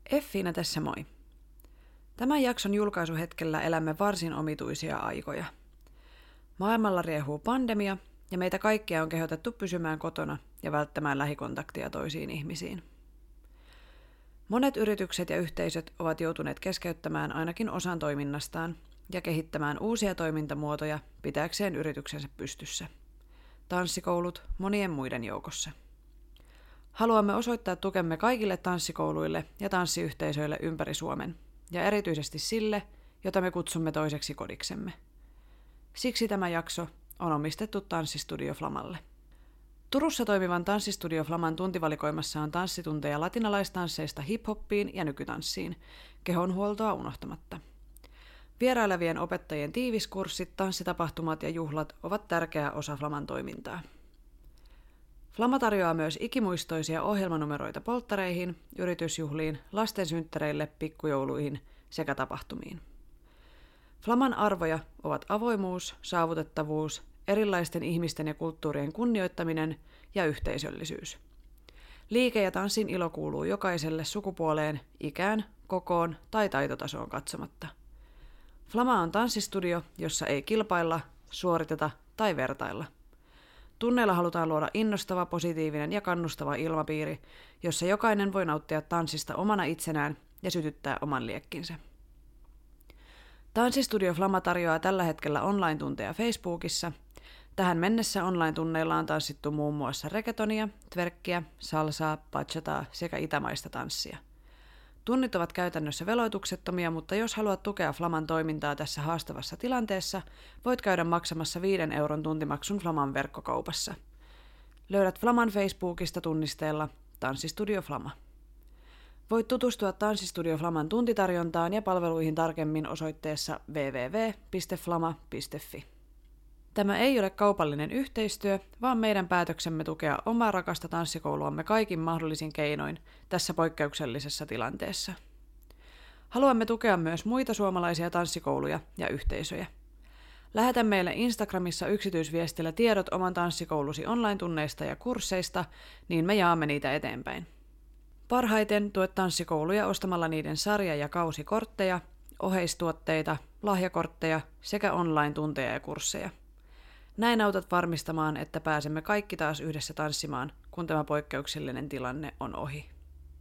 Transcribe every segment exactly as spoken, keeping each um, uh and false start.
Effiina tässä moi. Tämän jakson julkaisuhetkellä elämme varsin omituisia aikoja. Maailmalla riehuu pandemia ja meitä kaikkia on kehotettu pysymään kotona ja välttämään lähikontaktia toisiin ihmisiin. Monet yritykset ja yhteisöt ovat joutuneet keskeyttämään ainakin osan toiminnastaan ja kehittämään uusia toimintamuotoja pitääkseen yrityksensä pystyssä. Tanssikoulut monien muiden joukossa. Haluamme osoittaa tukemme kaikille tanssikouluille ja tanssiyhteisöille ympäri Suomen, ja erityisesti sille, jota me kutsumme toiseksi kodiksemme. Siksi tämä jakso on omistettu Tanssistudio Flamalle. Turussa toimivan Tanssistudio Flaman tuntivalikoimassa on tanssitunteja latinalaistansseista hip-hoppiin ja nykytanssiin, kehonhuoltoa unohtamatta. Vierailevien opettajien tiiviskurssit, tanssitapahtumat ja juhlat ovat tärkeä osa Flaman toimintaa. Flama tarjoaa myös ikimuistoisia ohjelmanumeroita polttareihin, yritysjuhliin, lasten synttäreille, pikkujouluihin sekä tapahtumiin. Flaman arvoja ovat avoimuus, saavutettavuus, erilaisten ihmisten ja kulttuurien kunnioittaminen ja yhteisöllisyys. Liike ja tanssin ilo kuuluu jokaiselle sukupuoleen, ikään, kokoon tai taitotasoon katsomatta. Flama on tanssistudio, jossa ei kilpailla, suoriteta tai vertailla. Tunneilla halutaan luoda innostava, positiivinen ja kannustava ilmapiiri, jossa jokainen voi nauttia tanssista omana itsenään ja sytyttää oman liekkinsä. Tanssistudio Flama tarjoaa tällä hetkellä online-tunteja Facebookissa. Tähän mennessä online-tunneilla on tanssittu muun muassa reggaetonia, twerkkiä, salsaa, bachataa sekä itämaista tanssia. Tunnit ovat käytännössä veloituksettomia, mutta jos haluat tukea Flaman toimintaa tässä haastavassa tilanteessa, voit käydä maksamassa viiden euron tuntimaksun Flaman verkkokaupassa. Löydät Flaman Facebookista tunnisteella Tanssistudio Flama. Voit tutustua Tanssistudio Flaman tuntitarjontaan ja palveluihin tarkemmin osoitteessa double-u double-u double-u piste flama piste fi. Tämä ei ole kaupallinen yhteistyö, vaan meidän päätöksemme tukea omaa rakasta tanssikouluamme kaikin mahdollisin keinoin tässä poikkeuksellisessa tilanteessa. Haluamme tukea myös muita suomalaisia tanssikouluja ja yhteisöjä. Lähetä meille Instagramissa yksityisviestillä tiedot oman tanssikoulusi online-tunneista ja kursseista, niin me jaamme niitä eteenpäin. Parhaiten tuet tanssikouluja ostamalla niiden sarja- ja kausikortteja, oheistuotteita, lahjakortteja sekä online-tunteja ja kursseja. Näin autat varmistamaan, että pääsemme kaikki taas yhdessä tanssimaan, kun tämä poikkeuksellinen tilanne on ohi.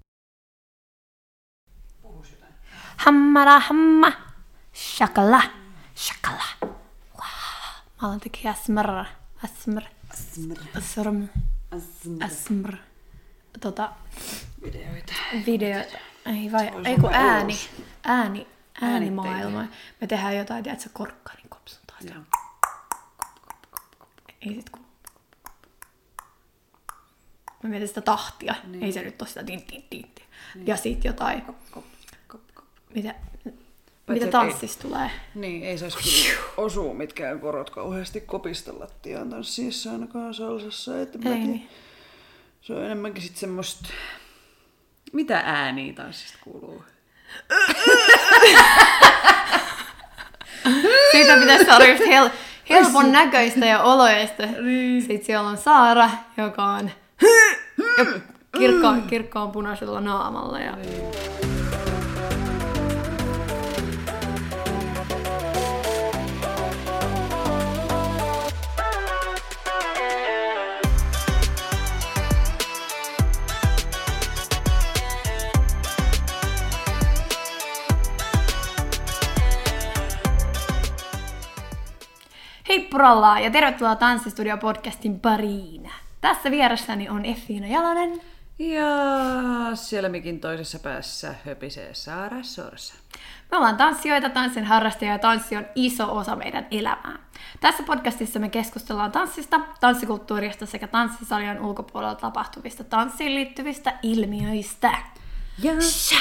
Hammara hamma, shakala, shakala. Wow. Mä alan tekee asmr, asmr, asmr, asmr. Tota, Videoita. Videoita. Ei vai, ei kun ääni, ääni, äänimaailma. Me tehdään jotain, tiedätkö, korkkanin kopsuntaa. Ei sit kun... Mä mietin sitä tahtia. Niin. Ei se nyt ole sitä tin tin tin. Niin. Ja sit jotain... Kop, kop, kop, kop. Mitä, mitä tanssista ei, tulee? Niin, ei saisi kyllä osua mitkään korot kauheasti kopista lattiaan tanssiessa ainakaan salsassa. Että ei niin. Se on enemmänkin sit semmoista... Mitä ääniä tanssista kuuluu? Siitä pitäisi saada just hel- helpon näköistä ja oloista. Sitten siellä on Saara, joka on kirkkaan, kirkkaan punaisella naamalla. Ja... Hei purallaa ja tervetuloa Tanssistudio-podcastin pariin. Tässä vieressäni on Effiina Jalonen. Ja siellä mikin toisessa päässä höpisee Saara Sorsa. Me ollaan tanssijoita, tanssin harrastajia ja tanssi on iso osa meidän elämää. Tässä podcastissa me keskustellaan tanssista, tanssikulttuurista sekä tanssisalien ulkopuolella tapahtuvista tanssiin liittyvistä ilmiöistä. Ja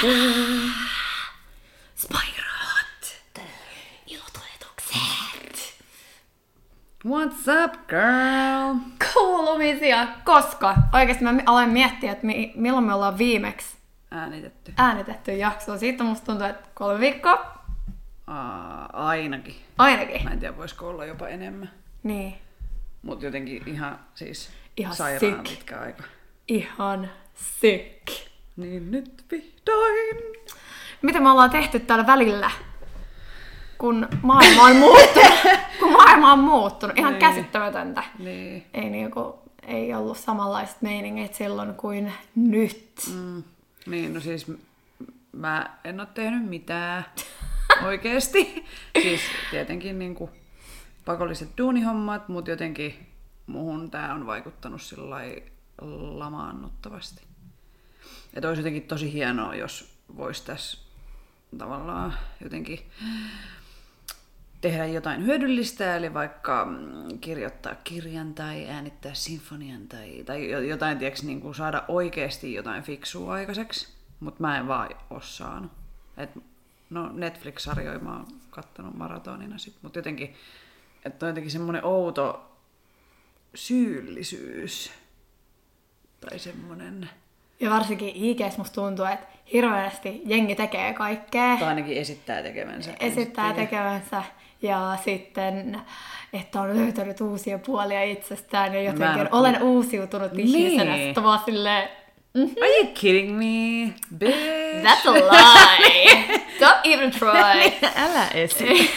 Spairat! Ilotuletukset! What's up, girl? Kuulumisia! Koska oikeasti mä aloin miettiä, että mi- milloin me ollaan viimeksi äänitetty. äänitetty jaksoa. Siitä musta tuntuu, että kolme viikkoa. Aa, ainakin. Ainakin. Mä en tiedä, voisiko olla jopa enemmän. Niin. Mut jotenkin ihan siis Ihan sairaan sick. pitkä aika. Ihan sick. niin nyt vihdoin. Mitä me ollaan tehty täällä välillä, kun maailma on muuttunut? kun maailma on muuttunut. Ihan niin. Käsittämätöntä. Niin. Ei, niinku, ei ollut samanlaiset meiningit silloin kuin nyt. Mm. Niin, no siis mä en ole tehnyt mitään oikeesti. Siis tietenkin niinku pakolliset duunihommat, mutta jotenkin muhun tää on vaikuttanut sillai lamaannuttavasti. Että olisi jotenkin tosi hienoa, jos vois tässä tavallaan jotenkin tehdä jotain hyödyllistä, eli vaikka kirjoittaa kirjan tai äänittää sinfonian tai, tai jotain, tiiäks, niin kuin saada oikeasti jotain fiksua aikaiseksi, mutta mä en vaan oo saanut. Et, no Netflix-sarjoja mä oon kattonut maratonina sit, mutta jotenkin, että on jotenkin semmoinen outo syyllisyys tai semmoinen. Ja varsinkin I G:ssä musta tuntuu, että hirveästi jengi tekee kaikkea. Tai ainakin esittää tekevänsä. Esittää tekevänsä. Ja sitten, että on löytänyt uusia puolia itsestään ja jotenkin en... olen uusiutunut ihmisenä. Niin. Sitten vaan silleen, mm-hmm. Are you kidding me? Bitch. That's a lie. Don't even try. Älä esi.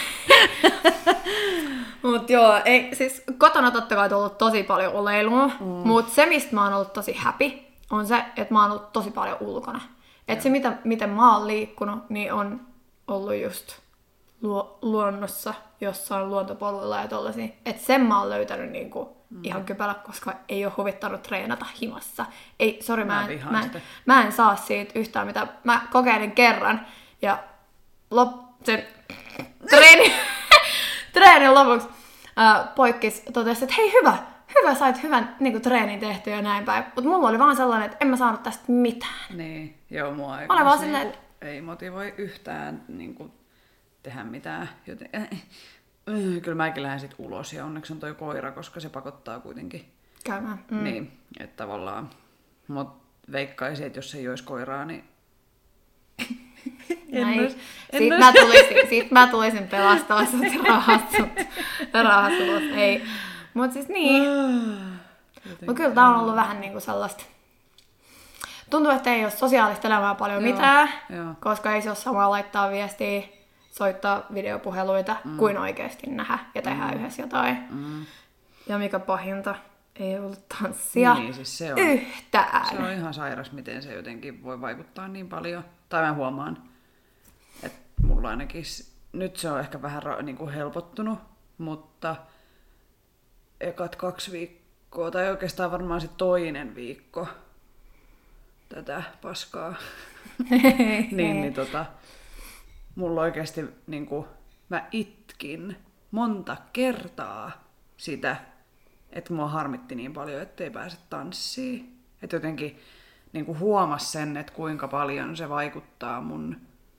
Mut joo, ei, siis kotona totta kai tullut tosi paljon oleilua, mm. mut se mistä mä oon ollut tosi happy on se, että mä oon ollut tosi paljon ulkona. Että se mitä, miten mä oon liikkunut, niin on ollut just luo, luonnossa, jossain luontopoluilla ja tollasia. Että sen mä oon löytänyt niinku mm. ihan kypälä, koska ei oo huvittanut treenata himassa. Ei, sori, mä, mä, mä, en, mä en saa siitä yhtään mitä. Mä kokeilin kerran ja lop, sen treeni, treenin lopuksi ää, poikkis totesi, että hei hyvä, hyvä, sait hyvän niin kuin, treenin tehty ja näin päin. Mutta mulla oli vaan sellainen, että en mä saanut tästä mitään. Niin, joo, mua ei, vaan niin, silleen, ei motivoi yhtään niin kuin, tehdä mitään. Joten, äh, äh, kyllä mäkin lähden sit ulos ja onneksi on toi koira, koska se pakottaa kuitenkin. Käymään. Mm. Niin, että tavallaan. Mut veikkaisin, että jos ei olisi koiraa, niin En ois, en siitä, mä tulisin, siitä mä tulisin pelastaa sut rahastut. rahastut. Ei. Mut siis niin. Mut kyllä tää on ollut vähän niinku sellaista. Tuntuu, että ei ole sosiaalista elämää paljon joo, mitään, joo. Koska ei se ole samaa laittaa viestiä, soittaa videopuheluita, mm. kuin oikeasti nähdä ja tehdä mm. yhdessä jotain. Mm. Ja mikä pahinta, ei ollut tanssia niin, siis se on, yhtään. Se on ihan sairas, miten se jotenkin voi vaikuttaa niin paljon. Tai mä huomaan, että mulla ainakin, nyt se on ehkä vähän niin kuin helpottunut, mutta ekat kaksi viikkoa, tai oikeastaan varmaan se toinen viikko tätä paskaa, niin, niin tota, mulla oikeasti niin kuin, mä itkin monta kertaa sitä, että mua harmitti niin paljon, ettei pääse tanssiin. Että jotenkin niin kuin huomasi sen, että kuinka paljon se vaikuttaa mun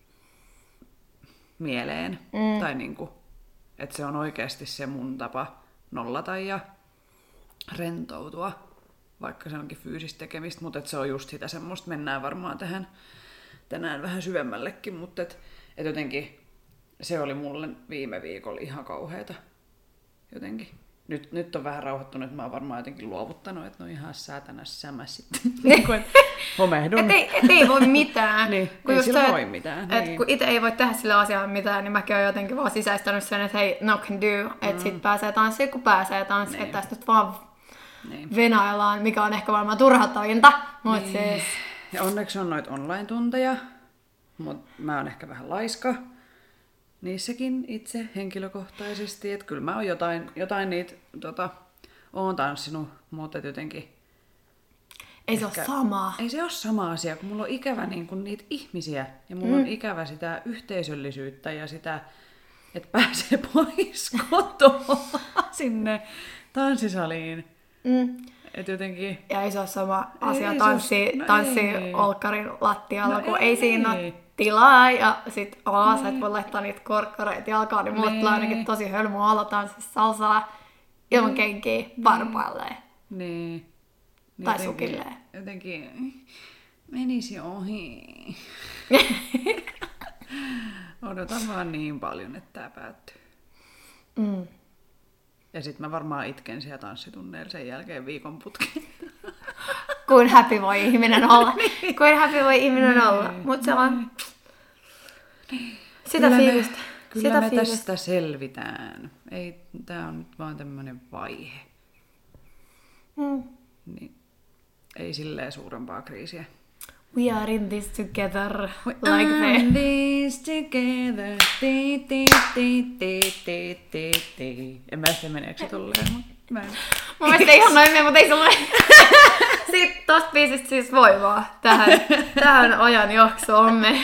mieleen. Mm. Tai niin kuin, että se on oikeasti se mun tapa nollata ja rentoutua, vaikka se onkin fyysistä tekemistä, mutta että se on just sitä semmoista, mennään varmaan tähän tänään vähän syvemmällekin, mutta että et jotenkin se oli mulle viime viikolla ihan kauheata jotenkin. Nyt, nyt on vähän rauhoittunut, että mä oon varmaan jotenkin luovuttanut, että no ihan säätänä sämä sitten. niin kuin, että homehdun. Et ei, et ei voi mitään. niin, kun ei sillä se, voi mitään. Et niin. Kun itse ei voi tehdä sillä asialla mitään, niin mäkin oon jotenkin vaan sisäistänyt sen, että hei, no can do. Että mm. sit pääsee tanssiin, kun pääsee tanssiin. Niin. Että tästä nyt vaan niin. venaillaan, mikä on ehkä varmaan turhauttavinta. Mut niin. siis... Ja onneksi on noita online-tunteja, mutta mä oon ehkä vähän laiska. Niissäkin itse henkilökohtaisesti, että kyllä mä oon jotain, jotain niitä tota, oon tanssinut, mutta jotenkin... Ei se ehkä, ole sama. Ei se ole sama asia, kun mulla on ikävä niin kun niitä ihmisiä ja mulla mm. on ikävä sitä yhteisöllisyyttä ja sitä, että pääsee pois kotoa sinne tanssisaliin. Mm. Et jotenkin... Ja ei se ole sama asia ei, tanssi, no tanssi olkkarin lattialla, no kun ei, ei siinä ole tilaa ja sit alas, niin. Et voi laittaa niitä korkkareita jalkaan, niin mulle tulee ainakin tosi hölmö olla tanssissa salsaa ilman niin. kenkiä varpailleen. Niin. niin. Tai sukilleen. Jotenkin menisi ohi. Odotan vaan niin paljon, että tää päättyy. Mm. Ja sit mä varmaan itken siellä tanssitunneilla sen jälkeen viikon putkeen. kuin happy voi ihminen olla. Kuin happy voi ihminen olla. Mutta se on sitä Kyllä me- fiilistä. Kyllä Sitä me fiilistä. tästä selvitään. Ei, tää on nyt vaan tämmönen vaihe. Mm. Niin, ei silleen suurempaa kriisiä. We are in this together. We Like are the... this together. Ti, ti, ti, ti, ti, ti, ti. En mä sitten meneekö se tolleen, mutta mä en. Mun mielestä ei ihan noin mene, mutta ei sulle... Sitten tosta biisistä siis voimaa tähän, tähän ajan jaksoon.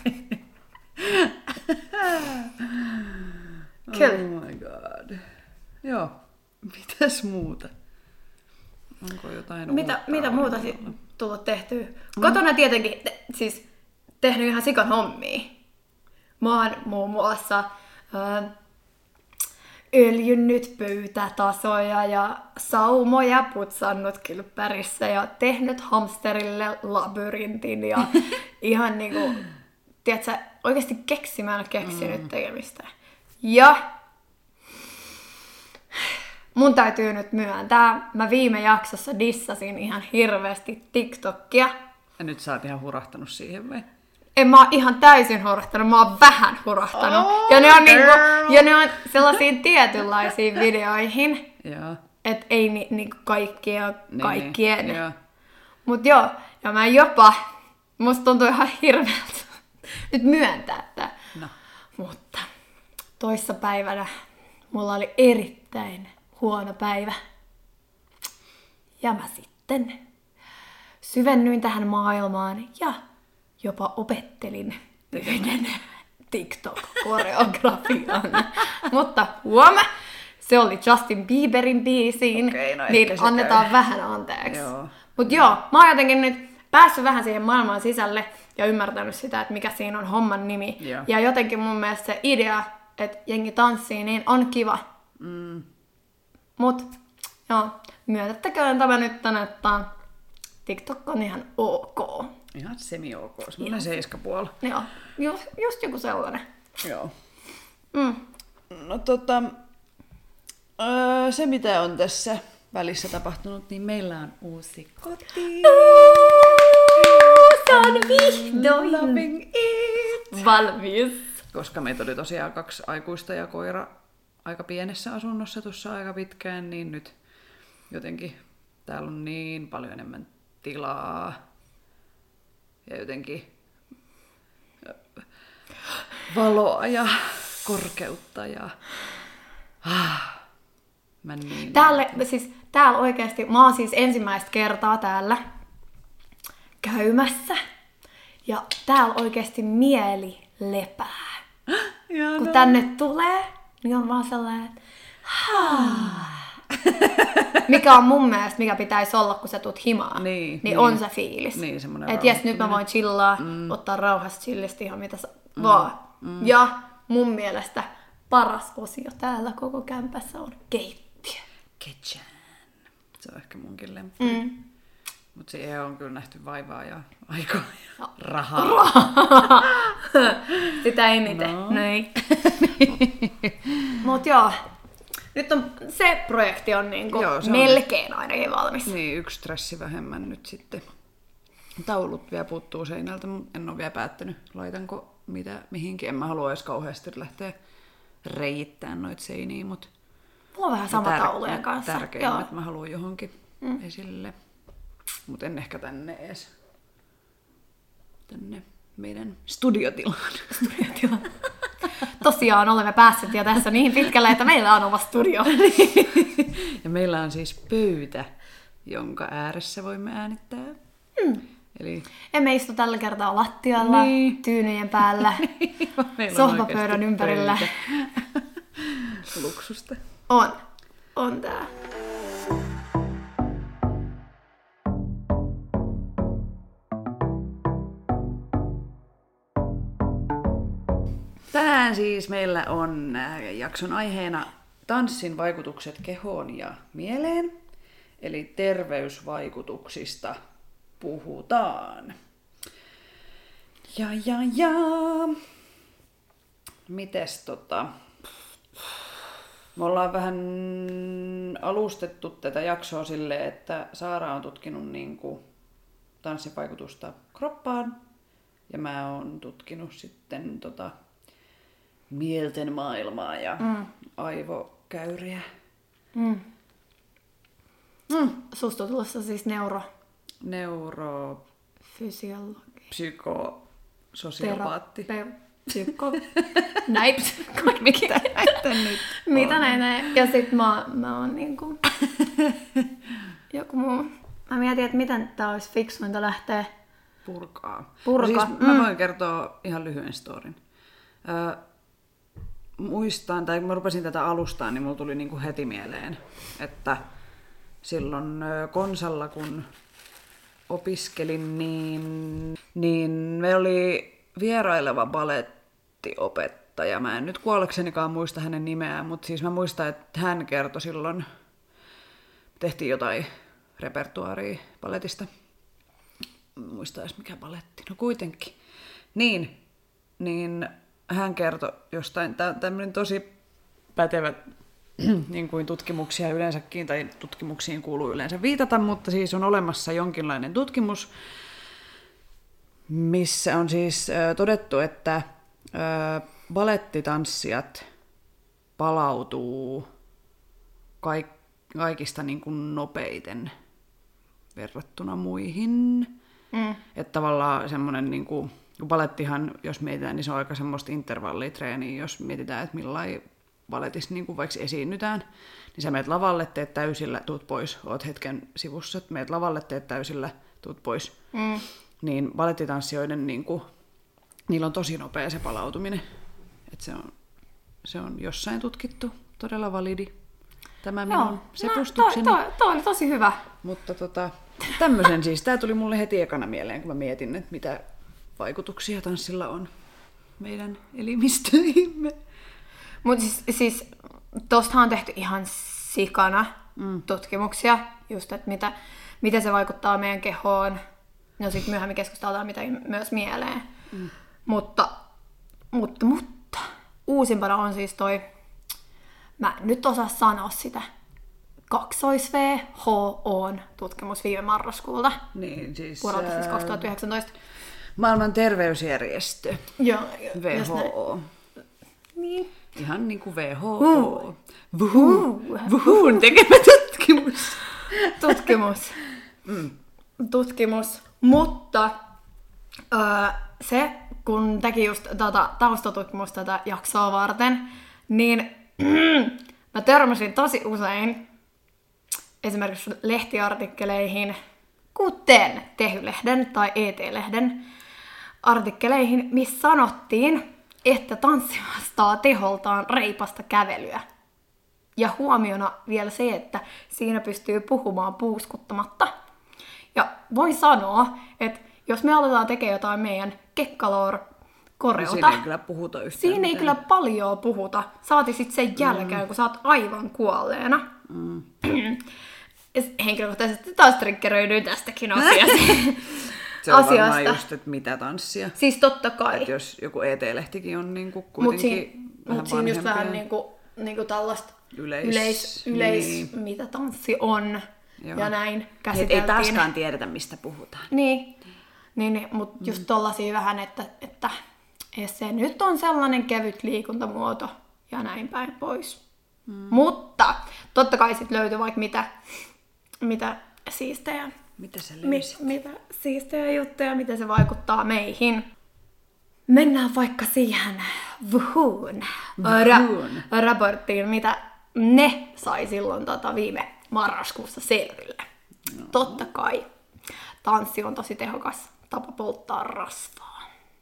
Kyllä. Oh my god. Joo. Mitäs muuta? Onko jotain Mitä, uutta mitä muuta alla? si- tullut tehtyä? Kotona tietenkin te, siis tehnyt ihan sikan hommia. Mä oon muun muassa ö, öljynnyt pöytätasoja ja saumoja putsannut kylppärissä ja tehnyt hamsterille labyrintin ja ihan niinku, tiedätkö, oikeasti keksimällä keksinyt mm. tekemistä. Ja mun täytyy nyt myöntää, mä viime jaksossa dissasin ihan hirveästi TikTokia. Ja nyt sä oot ihan hurahtanut siihen vai? En mä oon ihan täysin hurahtanut, mä oon vähän hurahtanut. Oh, ja, ne on niinku, girl. ja ne on sellaisiin tietynlaisiin videoihin, Joo. et ei ni, niinku kaikkia Niin, kaikkien. niin, joo. Mut joo, ja mä jopa, musta tuntuu ihan hirveältä nyt myöntää tää. No. Mutta toissa päivänä mulla oli erittäin huono päivä. Ja mä sitten syvennyin tähän maailmaan ja jopa opettelin yhden TikTok-koreografian. Mutta huoma, se oli Justin Bieberin biisiin, Okei, no niin ehkä se annetaan käy. vähän anteeksi. Joo. Mut joo, mä oon jotenkin nyt päässyt vähän siihen maailmaan sisälle ja ymmärtänyt sitä, että mikä siinä on homman nimi. Joo. Ja jotenkin mun mielestä se idea, että jengi tanssii, niin on kiva. Mm. Mut joo, myötättäköön tämä nyt tänne, että TikTok on ihan ok. Ihan semi-ok. Semmoinen seiskapuoli. Joo, just, just joku sellainen. Joo. Mm. No tota, öö, se mitä on tässä välissä tapahtunut, niin meillä on uusi koti. Se on vihdoin Loving it. valmis. Koska meitä oli tosiaan kaksi aikuista ja koira aika pienessä asunnossa tuossa aika pitkään, niin nyt jotenkin täällä on niin paljon enemmän tilaa. Ja jotenkin valoa ja korkeutta ja... Ah, mä niin... Täällä, siis, täällä oikeasti, mä oon siis ensimmäistä kertaa täällä käymässä. Ja täällä oikeasti mieli lepää. Ihanaa. Kun tänne tulee, niin on vaan sellainen, että mikä on mun mielestä, mikä pitäisi olla, kun sä tuut himaan, Niin, niin, niin. on se fiilis. Niin, semmoinen että jes, nyt mä voin chillaa, mm. ottaa rauhassa chillisti ihan mitä sa- mm. vaan. Mm. Ja mun mielestä paras osio täällä koko kämpässä on keittiö. Kitchen. Se on ehkä munkin lemppari. Mm. Mutta siihen on kyllä nähty vaivaa ja aikaa ja rahaa. Sitä eniten. No. No ei. Mut joo. Nyt on, se projekti on niinku Joo, se on. melkein ainakin valmis. Niin, yksi stressi vähemmän nyt sitten. Taulut vielä puuttuu seinältä, mutta en ole vielä päättänyt, laitanko mitä mihinkin. En mä halua edes kauheasti lähteä reiittämään noita seiniä, mutta Mulla on vähän sama tär- taulujen kanssa. tärkeimmät Joo. mä haluan johonkin mm. esille. Mutta en ehkä tänne edes. Tänne meidän studiotilaan. Studiotila. Tosiaan olemme päässeet jo tässä niin pitkälle, että meillä on oma studio. Ja meillä on siis pöytä, jonka ääressä voimme äänittää. Mm. Eli Emme istu tällä kertaa lattialla, Niin. tyynyjen päällä, meillä on sohvapöydän oikeasti ympärillä. pöytä. Luksusta. On. On tää. Tänään siis meillä on jakson aiheena tanssin vaikutukset kehoon ja mieleen. Eli terveysvaikutuksista puhutaan. Ja, ja, ja. Mites tota... Me ollaan vähän alustettu tätä jaksoa silleen, että Saara on tutkinut niinku tanssin vaikutusta kroppaan. Ja mä oon tutkinut sitten tota, mielten maailmaa ja mm. aivokäyriä. Mm. Mm. Susta on tulossa siis neuro... Neuro... Fysiologi. Psyko... Sosiopaatti. Terape... Psyko... Näin. Mikä näitä nyt Mitä on? näitä? Ja sit mä, mä oon niinku... Joku muu... Mä mietin, että miten tää olisi fiksuinta lähteä... Purkaa. Purkaa. No siis mä voin kertoa ihan lyhyen storin. Öö, muistan, tai kun mä rupesin tätä alustaa, niin mulla tuli niinku heti mieleen, että silloin Konsalla, kun opiskelin, niin, niin meillä oli vieraileva balettiopettaja. Mä en nyt kuolleksenikaan muista hänen nimeään, mutta siis mä muistan, että hän kertoi silloin, tehtiin jotain repertuaaria baletista. Muista edes mikä baletti, no kuitenkin. Niin, niin hän kertoi jostain, tämmöinen tosi pätevä, niin kuin tutkimuksia yleensäkin, tai tutkimuksiin kuuluu yleensä viitata, mutta siis on olemassa jonkinlainen tutkimus, missä on siis ö, todettu, että ö, balettitanssijat palautuu kaik, kaikista niin kuin nopeiten verrattuna muihin. Mm. Että tavallaan semmoinen, niin kuin, kun balettihan, jos mietitään, niin se on aika semmoista intervallitreeniä, jos mietitään, että millainen baletissa niin kuin vaikka esiinnytään, niin sä meet lavalle, teet täysillä, tuut pois, oot hetken sivussa, meet lavalle, teet täysillä, tuut pois. Mm. Niin balettitanssijoiden, niin kuin, niillä on tosi nopea se palautuminen. Että se on, se on jossain tutkittu, todella validi. Tämä minun sepustukseni. No, toi, toi, toi oli tosi hyvä. Mutta tota, tämmöisen siis, tää tuli mulle heti ekana mieleen, kun mä mietin, että mitä vaikutuksia tanssilla on meidän elimistöihimme. Mutta siis, siis tostahan on tehty ihan sikana mm. tutkimuksia, just että mitä, mitä se vaikuttaa meidän kehoon. No sit myöhemmin keskustellaan mitä myös mieleen. Mm. Mutta, mutta, mutta uusimpana on siis toi, mä en nyt osaa sanoa sitä, kaksois V H O:n tutkimus viime marraskuulta. Niin, siis... Vuodelta siis kaksituhattayhdeksäntoista. Maailman terveysjärjestö. Joo. W H O. Niin. Ihan niin kuin W H O. Wuhu. Wuhun tekemä tutkimus. Tutkimus. Mm. Tutkimus. Mutta öö, se, kun teki just tätä taustatutkimusta tätä jaksoa varten, niin mä törmäsin tosi usein esimerkiksi lehtiartikkeleihin, kuten Tehy-lehden tai E T-lehden artikkeleihin, missä sanottiin, että tanssi vastaa teholtaan reipasta kävelyä. Ja huomiona vielä se, että siinä pystyy puhumaan puuskuttamatta. Ja voin sanoa, että jos me aletaan tekemään jotain meidän kekkaloor-koreota, siinä ei kyllä puhuta yhtään Siinä mitään. ei kyllä paljon puhuta. Saati sit sen jälkeen, mm. kun sä oot aivan kuolleena. Mm. Henkilökohtaisesti taas triggeröidyin tästäkin asiasta. Se on asiasta. Varmaan just, että mitä tanssia. Siis totta kai. Että jos joku E T-lehtikin on niinku kuitenkin mut siinä, vähän mut siinä just vähän vanhempia. niinku, niinku tällaista Yleis, yleis, yleis niin. mitä tanssi on. Joo. Ja näin käsiteltiin. Ei taaskaan tiedetä, mistä puhutaan. Niin, niin, niin mutta just tollasia vähän, että, että se nyt on sellainen kevyt liikuntamuoto ja näin päin pois. Mm. Mutta totta kai sit löytyy vaikka mitä, mitä siistejä. Mitä sä Mi- löysit? mitä siistejä juttuja, miten se vaikuttaa meihin. Mennään vaikka siihen Wuhun ra- raporttiin, mitä ne sai silloin tota viime marraskuussa selville. No. Totta kai tanssi on tosi tehokas tapa polttaa rasvaa.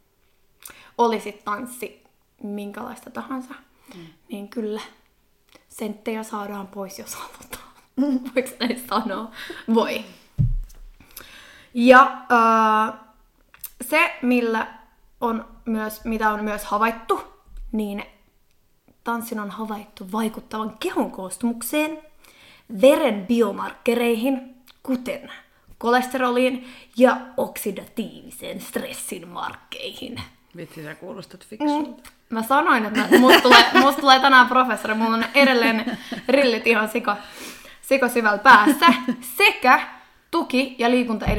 Oli sit tanssi minkälaista tahansa, mm. niin kyllä senttejä saadaan pois, jos halutaan. Voiko näin sanoa? Voi. Ja äh, se, millä on myös, mitä on myös havaittu, niin tanssin on havaittu vaikuttavan kehon koostumukseen, veren biomarkkereihin, kuten kolesteroliin ja oksidatiivisen stressin markkeihin. Vitsi, sä kuulostat fiksulta. Mm. Mä sanoin, että musta tulee, musta tulee tänään professori, mulla on edelleen rillit ihan siko, siko syvällä päässä, sekä tuki- ja liikuntaelinten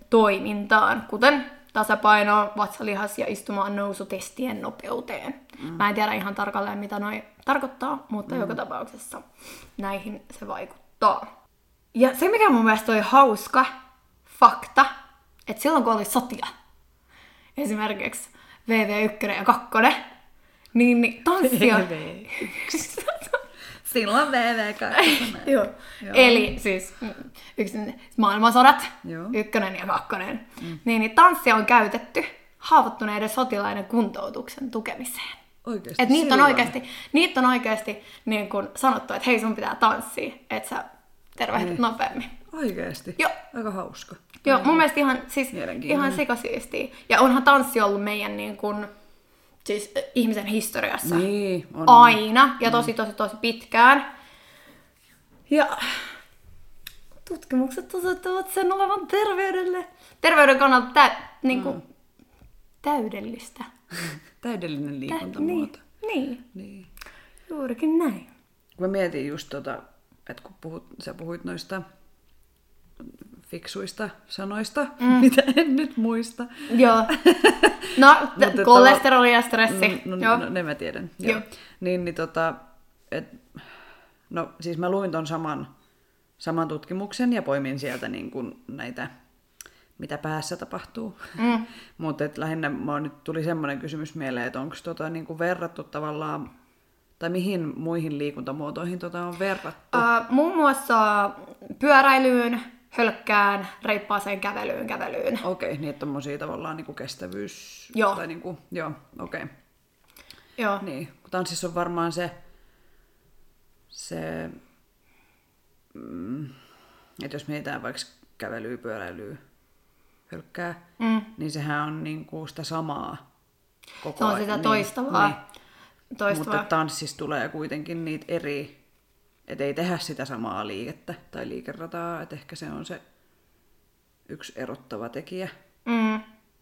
toimintaan, kuten tasapaino, vatsalihas ja istumaan nousutestien nopeuteen. Mm. Mä en tiedä ihan tarkalleen, mitä noi tarkoittaa, mutta mm. joka tapauksessa näihin se vaikuttaa. Ja se, mikä mun mielestä oli hauska fakta, että silloin kun oli sotia, esimerkiksi V V yksi ja kaksi, niin, niin tanssia... V V yksi. Silloin V V kaksi. Joo. Joo. Eli siis yksi, maailmansodat, Joo. ykkönen ja kakkonen. Mm. Niin, niin tanssia on käytetty haavoittuneiden sotilaiden kuntoutuksen tukemiseen. Oikeasti. Et niitä on oikeasti, niitä on oikeasti niin kun sanottu, että hei, sun pitää tanssia, että sä tervehdit niin. nopeammin. Oikeasti? Joo. Aika hauska. Joo, mun mielestä ihan, siis, ihan sikasiistiä. Ja onhan tanssi ollut meidän niin kun, siis, ihmisen historiassa niin, on. aina ja tosi, tosi, tosi pitkään. Ja tutkimukset osoittavat sen olevan terveydelle, terveyden kannalta tä, niin kun, mm. täydellistä. Täydellinen liikuntamuoto. Niin, niin. niin. Juurikin näin. Mä mietin just tota, että kun puhut, sä puhuit noista fiksuista sanoista, mm. mitä en nyt muista. Joo. No, t- kolesteroli ja stressi. No, Joo. no ne mä tiedän. Joo. Joo. Niin, niin tota, et, no siis mä luin ton saman, saman tutkimuksen ja poimin sieltä niin kun näitä, mitä päässä tapahtuu. Mm. Mutta lähinnä mä nyt tuli semmoinen kysymys mieleen, että onko tota niin kun verrattu tavallaan, tai mihin muihin liikuntamuotoihin tota on verrattu? Uh, muun muassa pyöräilyyn, hölkkään, reippaaseen kävelyyn, kävelyyn. Okei, okay, niin että tommosia tavallaan niinku kestävyys... Joo. Tai niinku, joo, okei. Okay. Joo. Niin, kun tanssissa on varmaan se... se mm, että jos mietitään vaikka kävelyä, pyöräilyä, hölkkää, mm. niin sehän on niinku sitä samaa koko ajan. Se on sitä toistavaa. Niin, niin. Mutta tanssissa tulee kuitenkin niitä eri... Että ei tehdä sitä samaa liikettä tai liikerataa, että ehkä se on se yksi erottava tekijä. Mm.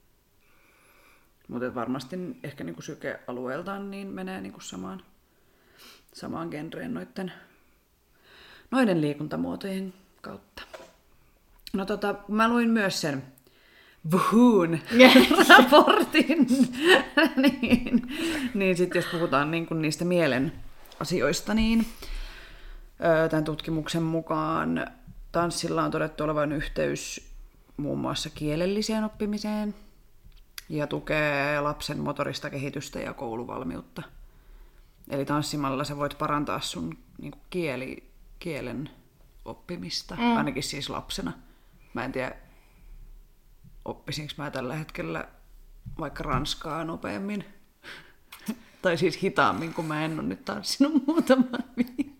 Mutta varmasti ehkä niinku sykealueeltaan niin menee niinku samaan, samaan genreen noiden, noiden liikuntamuotojen kautta. No tota, mä luin myös sen W H O:n raportin. niin niin sitten jos puhutaan niinku niistä mielen asioista, niin tämän tutkimuksen mukaan tanssilla on todettu olevan yhteys muun muassa kielelliseen oppimiseen ja tukee lapsen motorista kehitystä ja kouluvalmiutta. Eli tanssimalla sä voit parantaa sun niin kuin kieli, kielen oppimista, mm. ainakin siis lapsena. Mä en tiedä, oppisinko mä tällä hetkellä vaikka ranskaa nopeammin. tai siis hitaammin, kun mä en ole nyt tanssinut muutaman viikon.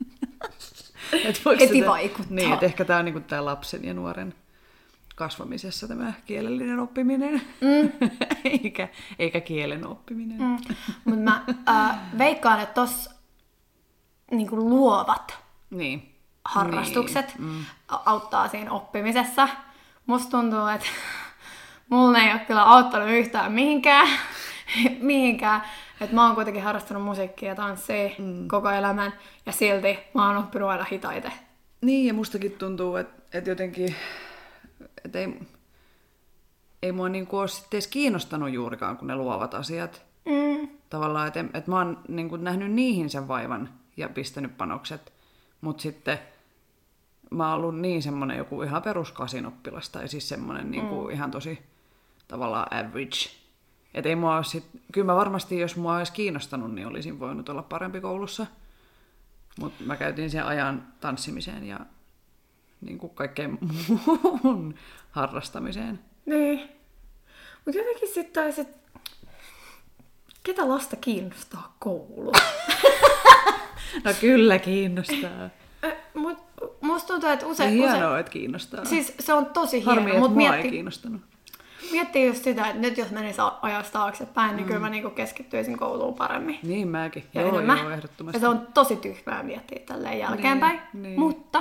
Heti sitä, vaikuttaa. Niin, että ehkä tämä on niinku tää lapsen ja nuoren kasvamisessa tämä kielellinen oppiminen, mm. eikä, eikä kielen oppiminen. Mm. Mutta mä äh, veikkaan, että tossa niinku luovat niin. harrastukset niin. Mm. auttaa siinä oppimisessa. Musta tuntuu, että mulla ei ole kyllä auttanut yhtään mihinkään. mihinkään. Et mä oon kuitenkin harrastanut musiikkia ja tanssia mm. koko elämän, ja silti mä oon oppinut aina hitaiten. Niin, ja mustakin tuntuu, että et jotenkin, et ei, ei mua niinku ole sitten edes kiinnostanut juurikaan, kun ne luovat asiat. Mm. Tavallaan, että et mä oon niinku nähnyt niihin sen vaivan ja pistänyt panokset, mutta sitten mä oon ollut niin semmonen joku ihan peruskasin oppilas, tai siis semmonen niinku mm. ihan tosi tavallaan average. Et ei mua sit, kyllä mä varmasti, jos mua olisi kiinnostanut, niin olisin voinut olla parempi koulussa. Mutta mä käytin sen ajan tanssimiseen ja niin kuin kaikkeen muun harrastamiseen. Niin. Mutta jotenkin sitten taisi, että ketä lasta kiinnostaa koulu? No kyllä kiinnostaa. Mut musta tuntuu, että usein... Hienoa, use... että kiinnostaa. Siis se on tosi Harmi, hienoa. Harmi, että mua ei kiinnostanut. Miettii just sitä, että nyt jos menisi ajasta taaksepäin, niin mm. kyllä mä niinku keskittyisin kouluun paremmin. Niin mäkin. Ja joo, enemmän. joo, ehdottomasti. Ja se on tosi tyhmää miettiä tälleen jälkeenpäin. Niin, niin. Mutta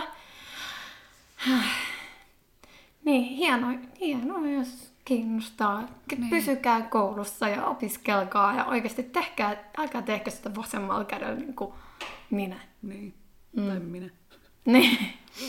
niin, hienoa, hienoa, jos kiinnostaa. Niin. Pysykää koulussa ja opiskelkaa ja oikeasti tehkää, älkää tehkää sitä vasemmalla kädellä niin kuin minä. Niin, mm. tai minä. Niin.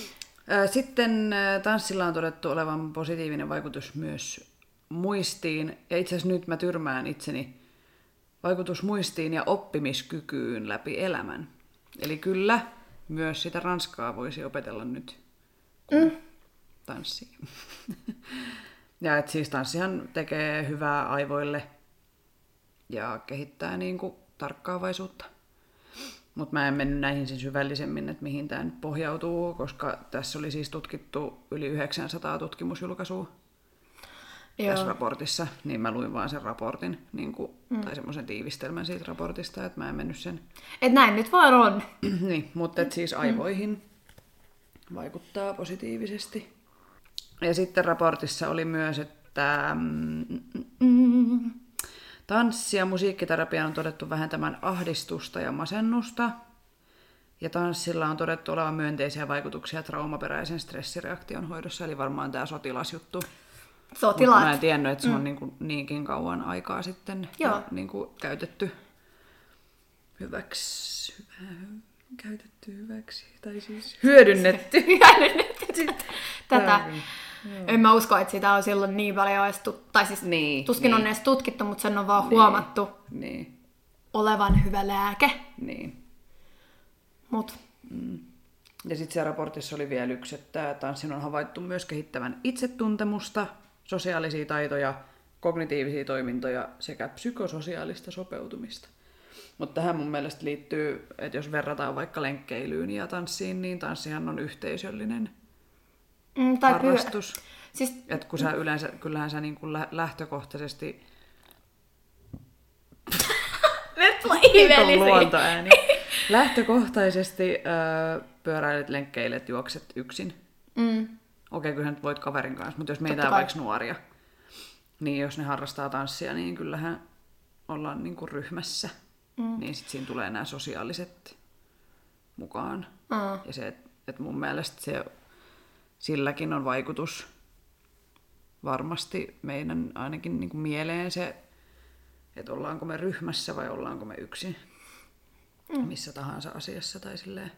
Sitten tanssilla on todettu olevan positiivinen vaikutus myös muistiin. Ja itse asiassa nyt mä tyrmään itseni vaikutus muistiin ja oppimiskykyyn läpi elämän. Eli kyllä, myös sitä ranskaa voisi opetella nyt, kun mm. tanssii. Ja et siis tanssihan tekee hyvää aivoille ja kehittää niinku tarkkaavaisuutta. Mutta mä en mennyt näihin sen syvällisemmin, että mihin tämä nyt pohjautuu, koska tässä oli siis tutkittu yli yhdeksänsataa tutkimusjulkaisua Joo. tässä raportissa. Niin mä luin vaan sen raportin, niin kuin, mm. tai semmoisen tiivistelmän siitä raportista, että mä en mennyt sen. Et näin nyt vaan on. Niin, mutta et siis aivoihin mm. vaikuttaa positiivisesti. Ja sitten raportissa oli myös, että mm, mm, tanssi- ja musiikkiterapia on todettu vähentämään ahdistusta ja masennusta. Ja tanssilla on todettu olevan myönteisiä vaikutuksia traumaperäisen stressireaktion hoidossa, eli varmaan tämä sotilasjuttu. Sotilaat. Mä en tiennyt, että se on mm. niin kuin niinkin kauan aikaa sitten Joo. niin kuin käytetty hyväksi. Hyvä, käytetty hyväksi, tai siis hyödynnetty. Hyödynnetty. Tätä. Joo. En mä usko, että sitä on silloin niin paljon edes, tut- tai siis niin, tuskin niin. on edes tutkittu, mutta sen on vaan niin, huomattu niin. olevan hyvä lääke. Niin. Mut. Mm. Ja sitten siellä raportissa oli vielä yksi, että tanssin on havaittu myös kehittävän itsetuntemusta, sosiaalisia taitoja, kognitiivisia toimintoja sekä psykososiaalista sopeutumista. Mutta tähän mun mielestä liittyy, että jos verrataan vaikka lenkkeilyyn ja tanssiin, niin tanssihan on yhteisöllinen mm, tai harrastus. Pyö... Siis... Et kun sä yleensä, kyllähän sä niinku lähtökohtaisesti... Nyt tulee ihmeellisiä. Luontoääni. Lähtökohtaisesti öö, pyöräilet, lenkkeilet, juokset yksin. Mm. Okei, kyllä nyt voit kaverin kanssa, mutta jos meitä on vaikka nuoria, niin jos ne harrastaa tanssia, niin kyllähän ollaan niinku ryhmässä. Mm. Niin sitten siinä tulee nämä sosiaaliset mukaan. Mm. Ja se, että et mun mielestä se, silläkin on vaikutus varmasti meidän ainakin niinku mieleen se, että ollaanko me ryhmässä vai ollaanko me yksin. Mm. Missä tahansa asiassa tai silleen.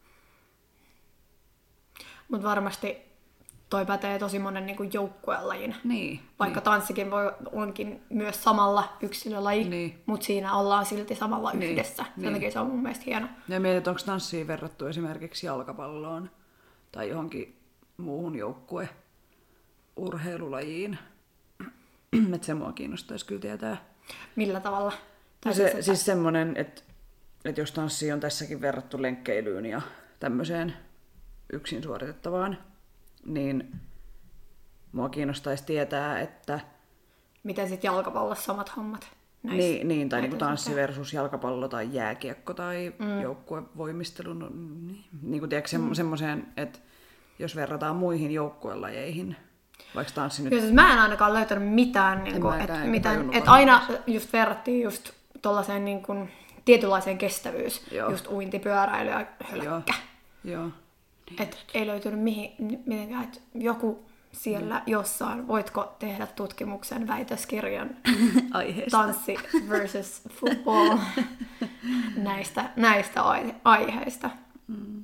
Mut varmasti toi pätee tosi monen niinku joukkuelajin. Niin. Vaikka niin. tanssikin voi onkin myös samalla yksilölaji, niin. mutta siinä ollaan silti samalla niin. yhdessä. Sen niin. takia se on mun mielestä hieno. Ja mietit, onko tanssiin verrattu esimerkiksi jalkapalloon tai johonkin muuhun joukkue urheilulajiin. Että se mua kiinnostaisi kyllä tietää. Millä tavalla? No se, se, siis semmoinen, että, että jos tanssi on tässäkin verrattu lenkkeilyyn ja tämmöiseen yksin suoritettavaan, niin mua kiinostaisi tietää, että... Miten sitten jalkapallossa samat hommat? Näis, niin, niin, tai niinku tanssi versus jalkapallo tai jääkiekko tai mm. joukkuevoimistelu. No, niin, niin kuin tiedätkö, mm. semmoiseen, että jos verrataan muihin joukkuelajeihin, vaikka tanssi nyt... Joo, siis mä en ainakaan löytänyt mitään, niin kuin, että et aina just verrattiin just tollaiseen niin kuin, tietynlaiseen kestävyys, Joo. just uinti, pyöräily ja hölkkä. Joo. Joo. Että ei löytynyt mihin, mitenkään, että joku siellä mm. jossain, voitko tehdä tutkimuksen väitöskirjan tanssi versus football näistä, näistä aiheista. Mm.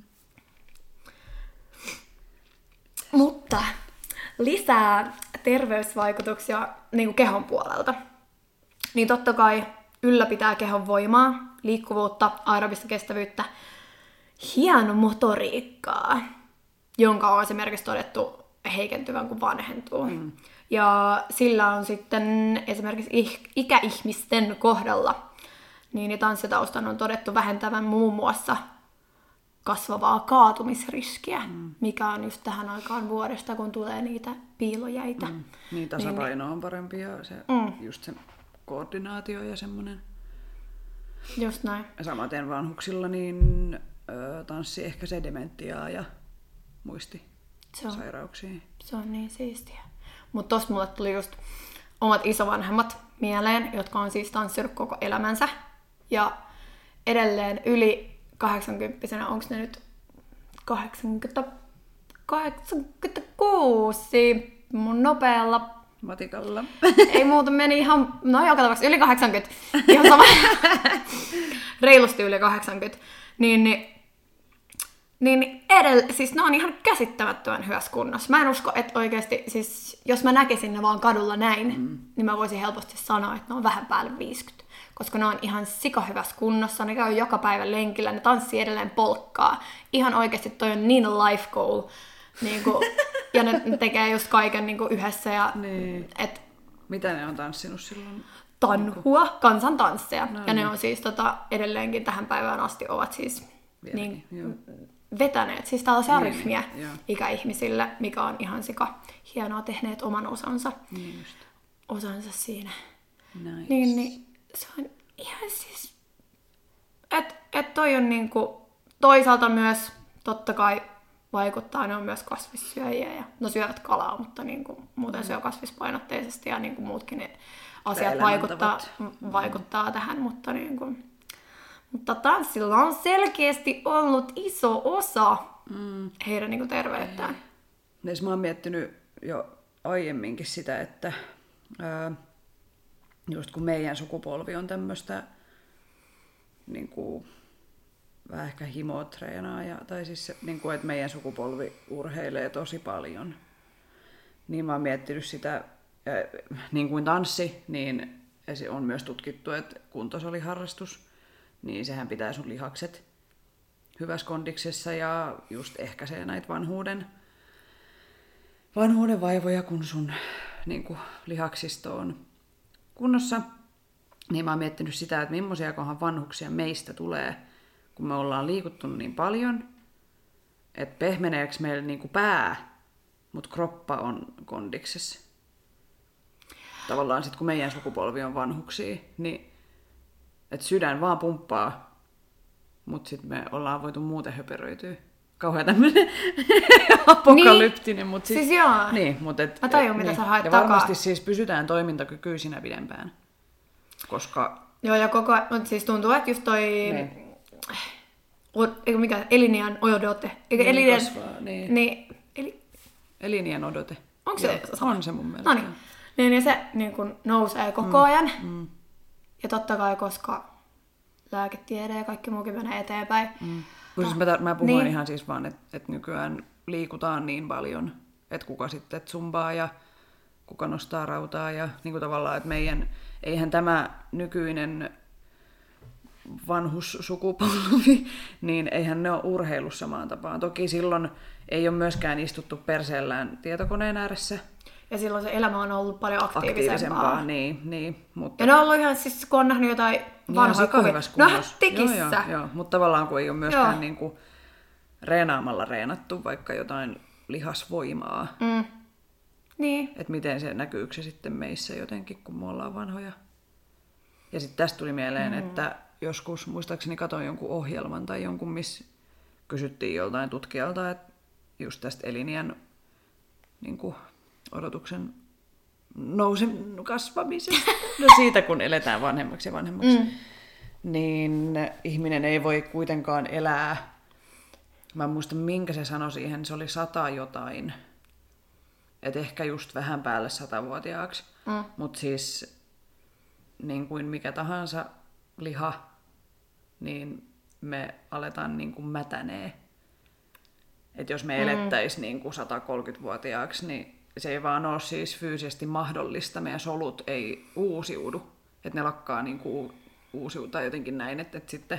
Mutta lisää terveysvaikutuksia niin kuin kehon puolelta. Niin totta kai ylläpitää kehon voimaa, liikkuvuutta, aerobista kestävyyttä, hieno motoriikkaa, jonka on esimerkiksi todettu heikentyvän, kun vanhentuu. Mm. Ja sillä on sitten esimerkiksi ikäihmisten kohdalla, niin tanssitaustan on todettu vähentävän muun muassa kasvavaa kaatumisriskiä, mm. mikä on just tähän aikaan vuodesta, kun tulee niitä piilojäitä. Mm. Niin, tasapaino niin, on parempi ja se, mm. just se koordinaatio ja semmoinen. Just näin. Ja samaten vanhuksilla niin ö, tanssi ehkäisee dementiaa ja muistisairauksia. Se on niin siistiä. Mutta tosta mulle tuli just omat isovanhemmat mieleen, jotka on siis tanssinut koko elämänsä. Ja edelleen yli kahdeksankymppisenä, onko ne nyt kahdeksankymmentä, kahdeksankymmentäkuusi mun nopealla matikalla. Ei muuta, meni ihan, no joka tapauksessa yli kahdeksankymmentä, ihan sama, reilusti yli kahdeksankymmentä, niin, niin Niin edell- siis ne on ihan käsittämättömän hyvässä kunnossa. Mä en usko, että oikeasti, siis jos mä näkisin ne vaan kadulla näin, mm. niin mä voisin helposti sanoa, että ne on vähän päälle viisikymmentä. Koska ne on ihan sikahyvässä kunnossa, ne käy joka päivä lenkillä, ne tanssii edelleen polkkaa. Ihan oikeasti toi on niin life goal. Niin kuin, ja ne tekee just kaiken niin kuin yhdessä. Ja, niin. et, mitä ne on tanssinut silloin? Tanhua, kansantansseja. No, ja ne niin. on siis tota, edelleenkin tähän päivään asti ovat siis Vieläkin, niin, vetäneet siis tällaisia niin, ryhmiä joo. ikäihmisille, mikä on ihan sika hienoa, tehneet oman osansa, Niin just. osansa siinä. Nice. Niin, niin se on ihan siis, että et toi on niinku, toisaalta myös totta kai vaikuttaa, ne on myös kasvissyöjiä ja no syövät kalaa, mutta niinku, muuten syö kasvispainotteisesti ja niinku muutkin ne asiat vaikuttaa, vaikuttaa tähän, mutta, niinku, mutta tanssilla on selkeästi ollut iso osa mm. heidän niinku terveyttään. Nes mä oon miettinyt jo aiemminkin sitä, että ää, just kun meidän sukupolvi on tämmöistä niinku, vähän ehkä himotreenaaja, tai siis se, niin kuin, että meidän sukupolvi urheilee tosi paljon, niin mä oon miettinyt sitä, niin kuin tanssi, niin on myös tutkittu, että kuntosaliharrastus, niin sehän pitää sun lihakset hyvässä kondiksessa ja just ehkäisee näitä vanhuuden, vanhuuden vaivoja, kun sun niin kuin, lihaksisto on kunnossa. Niin mä oon miettinyt sitä, että millaisiakohan vanhuksia meistä tulee, kun me ollaan liikuttu niin paljon, että pehmeneekö meillä niinku pää, mutta kroppa on kondiksessa. Tavallaan sitten kun meidän sukupolvi on vanhuksia, niin että sydän vaan pumppaa, mutta sitten me ollaan voitu muuten höperöityä. Kauhean tämmöinen apokalyptinen, niin, mutta siis, siis joo. Niin, mutta et, mä tajun, mitä niin. sä haet ja takaa. varmasti siis pysytään toimintakykyisinä pidempään, koska... Joo, ja koko ajan, mutta siis tuntuu, että just toi... Niin. Eikö mikä, eliniän odote. Eikö niin, eliniän... kasvaa, niin. niin eli... Eliniän odote. Onko se sama? On se mun mielestä. No niin. Niin, niin se niin kun nousee koko mm. ajan. Mm. Ja totta kai, koska lääketiede ja kaikki muukin menee eteenpäin. Mm. Siis mä, mä puhuin niin. ihan siis vaan, että et nykyään liikutaan niin paljon, että kuka sitten zumbaa ja kuka nostaa rautaa. Ja niin kuin tavallaan, että meidän, eihän tämä nykyinen vanhussukupolvi, niin eihän ne ole urheilu samaan tapaan. Toki silloin ei ole myöskään istuttu perseellään tietokoneen ääressä. Ja silloin se elämä on ollut paljon aktiivisempaa. Aktiivisempaa, niin. niin mutta... Ja ne on ollut ihan, siis kun on nähnyt jotain vanhoja kuvia. No tikissä. Joo, joo, joo. Mutta tavallaan kun ei ole myöskään niin kuin reenaamalla reenattu vaikka jotain lihasvoimaa. Mm. Niin. Että miten se näkyykö se sitten meissä jotenkin, kun me ollaan vanhoja. Ja sitten tästä tuli mieleen, mm. että joskus muistaakseni katsoin jonkun ohjelman tai jonkun, missä kysyttiin joltain tutkijalta, että just tästä eliniän niin kuin odotuksen nousen kasvamisesta, no siitä kun eletään vanhemmaksi ja vanhemmaksi, mm. niin ihminen ei voi kuitenkaan elää, mä en muista minkä se sanoi siihen, se oli sata jotain, että ehkä just vähän päälle satavuotiaaksi, mm. mutta siis niin kuin mikä tahansa liha, niin me aletaan niin kuin mätänee. Että jos me elettäisiin niin kuin satakolmekymmentävuotiaaksi, niin se ei vaan ole siis fyysisesti mahdollista. Meidän solut ei uusiudu. Että ne lakkaa niin kuin uusiutua jotenkin näin, että, että sitten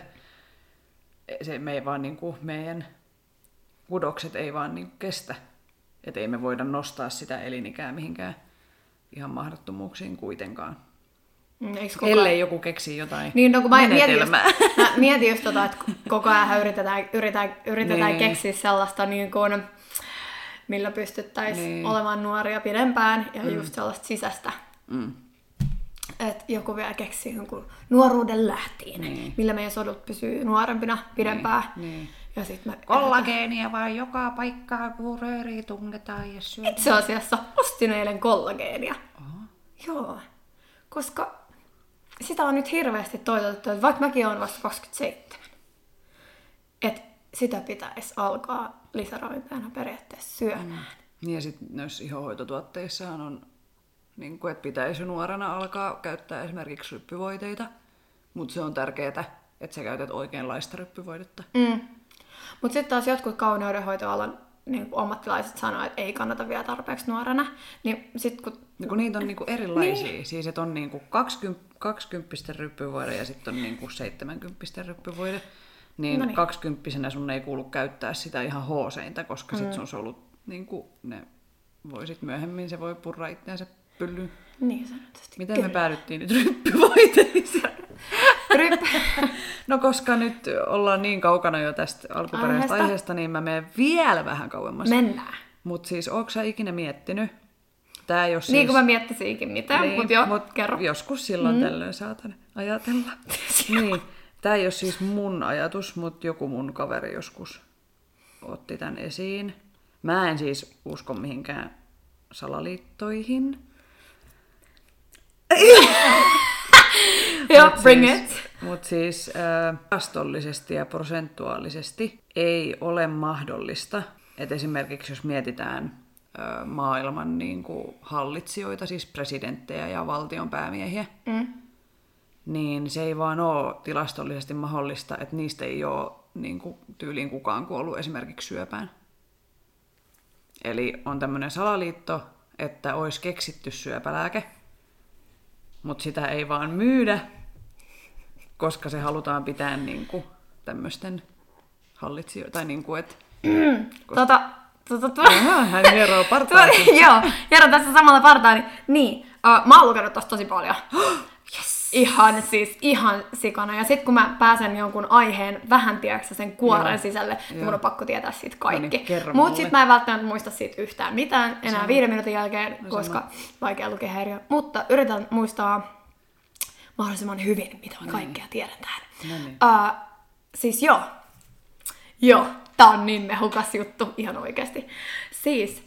se, me ei vaan niin kuin, meidän kudokset ei vaan niin kuin kestä. Että ei me voida nostaa sitä elinikää mihinkään ihan mahdottomuuksiin kuitenkaan. Koko... Ellei joku keksii jotain niin, no, kun mä menetelmää. Mietin just, mä mietin just tota, että koko ajan yritetään, yritetään, yritetään niin. keksiä sellaista, niin kuin, millä pystyttäisiin niin. olemaan nuoria pidempään ja mm. just sellaista sisäistä. Mm. Että joku vielä keksii jonkun nuoruuden lähtien, niin. millä meidän sodut pysyy nuorempina pidempään. Niin. Niin. Ja sit me kollageenia vaan joka paikkaan, kun rööriä tungetaan ja syödään. Itse asiassa ostin eilen kollageenia. Oho. Joo, koska sitä on nyt hirveästi toitotettu, että vaikka mäkin olen vasta kaksikymmentäseitsemän, että sitä pitäisi alkaa lisäravinteena periaatteessa syömään. Mm. Niin ja sitten myös ihohoitotuotteissahan on, niin kuin, että pitäisi nuorena alkaa käyttää esimerkiksi ryppyvoiteita, mutta se on tärkeää, että sä käytät oikeanlaista ryppyvoidetta. Mm. Mutta sitten taas jotkut kauneudenhoitoalan niin ammattilaiset sanoo, että ei kannata vielä tarpeeksi nuorena. Niin sit, kun... No, kun niitä on niinku erilaisia. Niin. Siis että on niinku kaksikymppistä ryppyvoide ja sitten on niinku seitsemänkymppistä ryppyvoide. Niin, no niin kaksikymppisenä sun ei kuulu käyttää sitä ihan hooseinta, koska mm. sit sun solut niinku, ne voi sit myöhemmin, se voi purra itseänsä pyllyyn. Niin sanotusti. Miten Kyllä. me päädyttiin nyt ryppyvoiteisiin? Ryppy. No koska nyt ollaan niin kaukana jo tästä alkuperäisestä aiheesta, aiheesta niin mä menen vielä vähän kauemmas. Mennään. Mut siis ootko sä ikinä miettinyt? Tää ei oo siis... Niin kuin mä miettisinkin mitään, niin, mut joo, mut kerro. Joskus silloin mm. tällöin saatan ajatella. Niin. Tää ei ole siis mun ajatus, mutta joku mun kaveri joskus otti tän esiin. Mä en siis usko mihinkään salaliittoihin. Joo, bring siis, it. Mutta siis tilastollisesti äh, ja prosentuaalisesti ei ole mahdollista, että esimerkiksi jos mietitään äh, maailman niin kuin hallitsijoita, siis presidenttejä ja valtionpäämiehiä, mm. niin se ei vaan ole tilastollisesti mahdollista, että niistä ei ole niin kuin, tyyliin kukaan kuollut esimerkiksi syöpään. Eli on tämmöinen salaliitto, että olisi keksitty syöpälääke, mutta sitä ei vaan myydä, koska se halutaan pitää niin kuin tämmöisten hallitsijoita. Tai niin kuin, että... Mm, koska... Tota, tota, tota. Aha, hän hieroo partaa. Joo, hieroo tässä samalla partaa. Niin, niin uh, mä oon lukenut tosta tosi paljon. Yes. Ihan siis, ihan sikana. Ja sit kun mä pääsen jonkun aiheen vähän tiedäksä sen kuoren Joo. sisälle, niin mun on pakko tietää siitä kaikki. No niin, mut sit mä en välttämättä muista siitä yhtään mitään enää Sama. viiden minuutin jälkeen, no, koska sama. vaikea lukihäiriö. Mutta yritän muistaa mahdollisimman hyvin, mitä mä kaikkea niin. tiedän tähän. No niin. uh, siis joo. Joo, tää on niin mehukas juttu, ihan oikeesti. Siis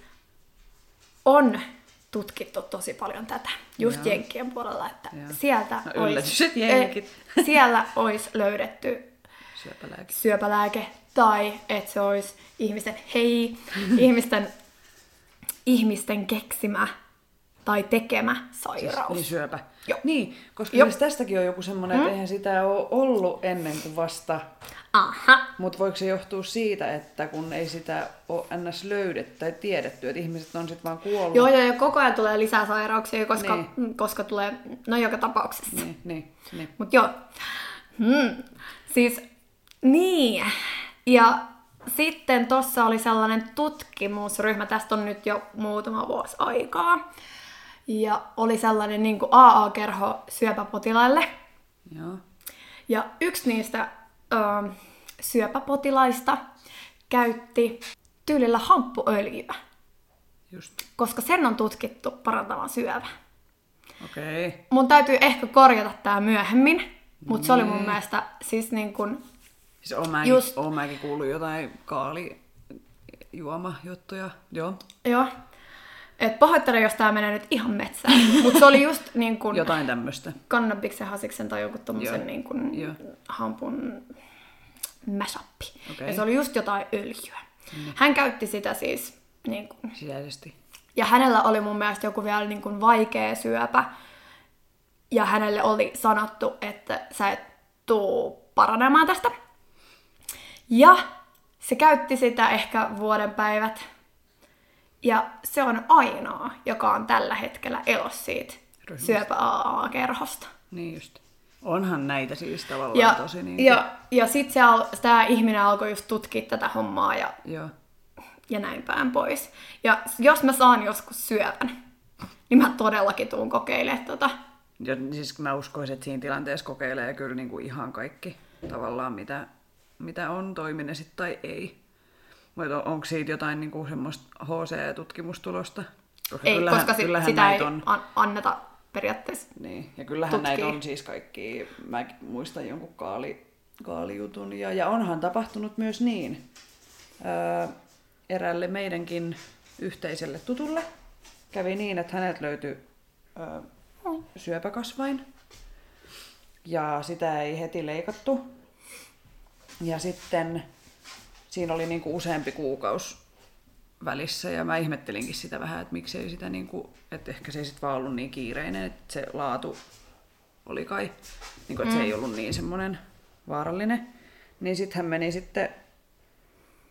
on tutkittu tosi paljon tätä, just Joo. Jenkkien puolella, että Joo. sieltä no, olisi e, siellä olisi löydetty syöpälääke. syöpälääke, tai että se olisi ihmisten, hei, ihmisten, ihmisten keksimä tai tekemä sairaus. Siis, niin syöpä. Joo. Niin, koska siis tästäkin on joku semmoinen, hmm? että eihän sitä ole ollut ennen kuin vasta. Aha. Mutta voiko se johtua siitä, että kun ei sitä ole ns. Löydetty tai tiedetty, että ihmiset on sitten vaan kuollut? Joo, joo, ja koko ajan tulee lisää sairauksia, koska, niin. koska tulee, no joka tapauksessa. Niin, niin, niin. Mut joo. Hmm. Siis, niin. Ja sitten tossa oli sellainen tutkimusryhmä, tästä on nyt jo muutama vuosi aikaa. Ja oli sellainen niin kuin A A-kerho syöpäpotilaille. Joo. Ja yksi niistä ö, syöpäpotilaista käytti tyylillä hamppuöljyä. Just. Koska sen on tutkittu parantavan syövä. Okei. Okay. Mun täytyy ehkä korjata tää myöhemmin, mutta se oli mun mielestä siis niin kuin... Siis oon mäkin, just... oon mäkin kuullut jotain kaalijuomajuttuja. Joo. Joo. Et pahoittelen, jos tää menee nyt ihan metsään. Mutta se oli just niin kuin... jotain tämmöstä. Kannabiksen, hasiksen tai joku tommosen niin kuin hampun mashappi. Okay. Ja se oli just jotain öljyä. Mm. Hän käytti sitä siis... Niin kuin, sisäisesti. Ja hänellä oli mun mielestä joku vielä niin kuin vaikea syöpä. Ja hänelle oli sanottu, että sä et tuu paranemaan tästä. Ja se käytti sitä ehkä vuoden päivät. Ja se on ainoa, joka on tällä hetkellä elossa siitä syöpä A A-kerhosta. Niin just. Onhan näitä siis tavallaan ja, tosi niin. Ja, ja sit se al- tämä ihminen alkoi just tutkia tätä hommaa ja, Joo. ja näin päin pois. Ja jos mä saan joskus syövän, niin mä todellakin tuun kokeilemaan tota. Ja siis mä uskoisin, että siinä tilanteessa kokeilee kyllä niin kuin ihan kaikki tavallaan, mitä, mitä on, toimine sitten tai ei. Mutta onko siitä jotain niin kuin semmoista H C-tutkimustulosta? Koska ei, kyllähän, koska kyllähän sitä ei on... anneta periaatteessa niin, ja kyllähän tutkii. Näitä on siis kaikki, mä muistan jonkun kaali, kaalijutun, ja, ja onhan tapahtunut myös niin. Öö, eräälle meidänkin yhteiselle tutulle kävi niin, että hänet löytyi öö, syöpäkasvain, ja sitä ei heti leikattu. Ja sitten siinä oli niinku useampi kuukausi välissä, ja mä ihmettelinkin sitä vähän, että miksei sitä niinku, että ehkä se ei sit vaan ollut niin kiireinen, että se laatu oli kai, niinku, että mm. se ei ollut niin semmoinen vaarallinen. Niin sit hän meni sitten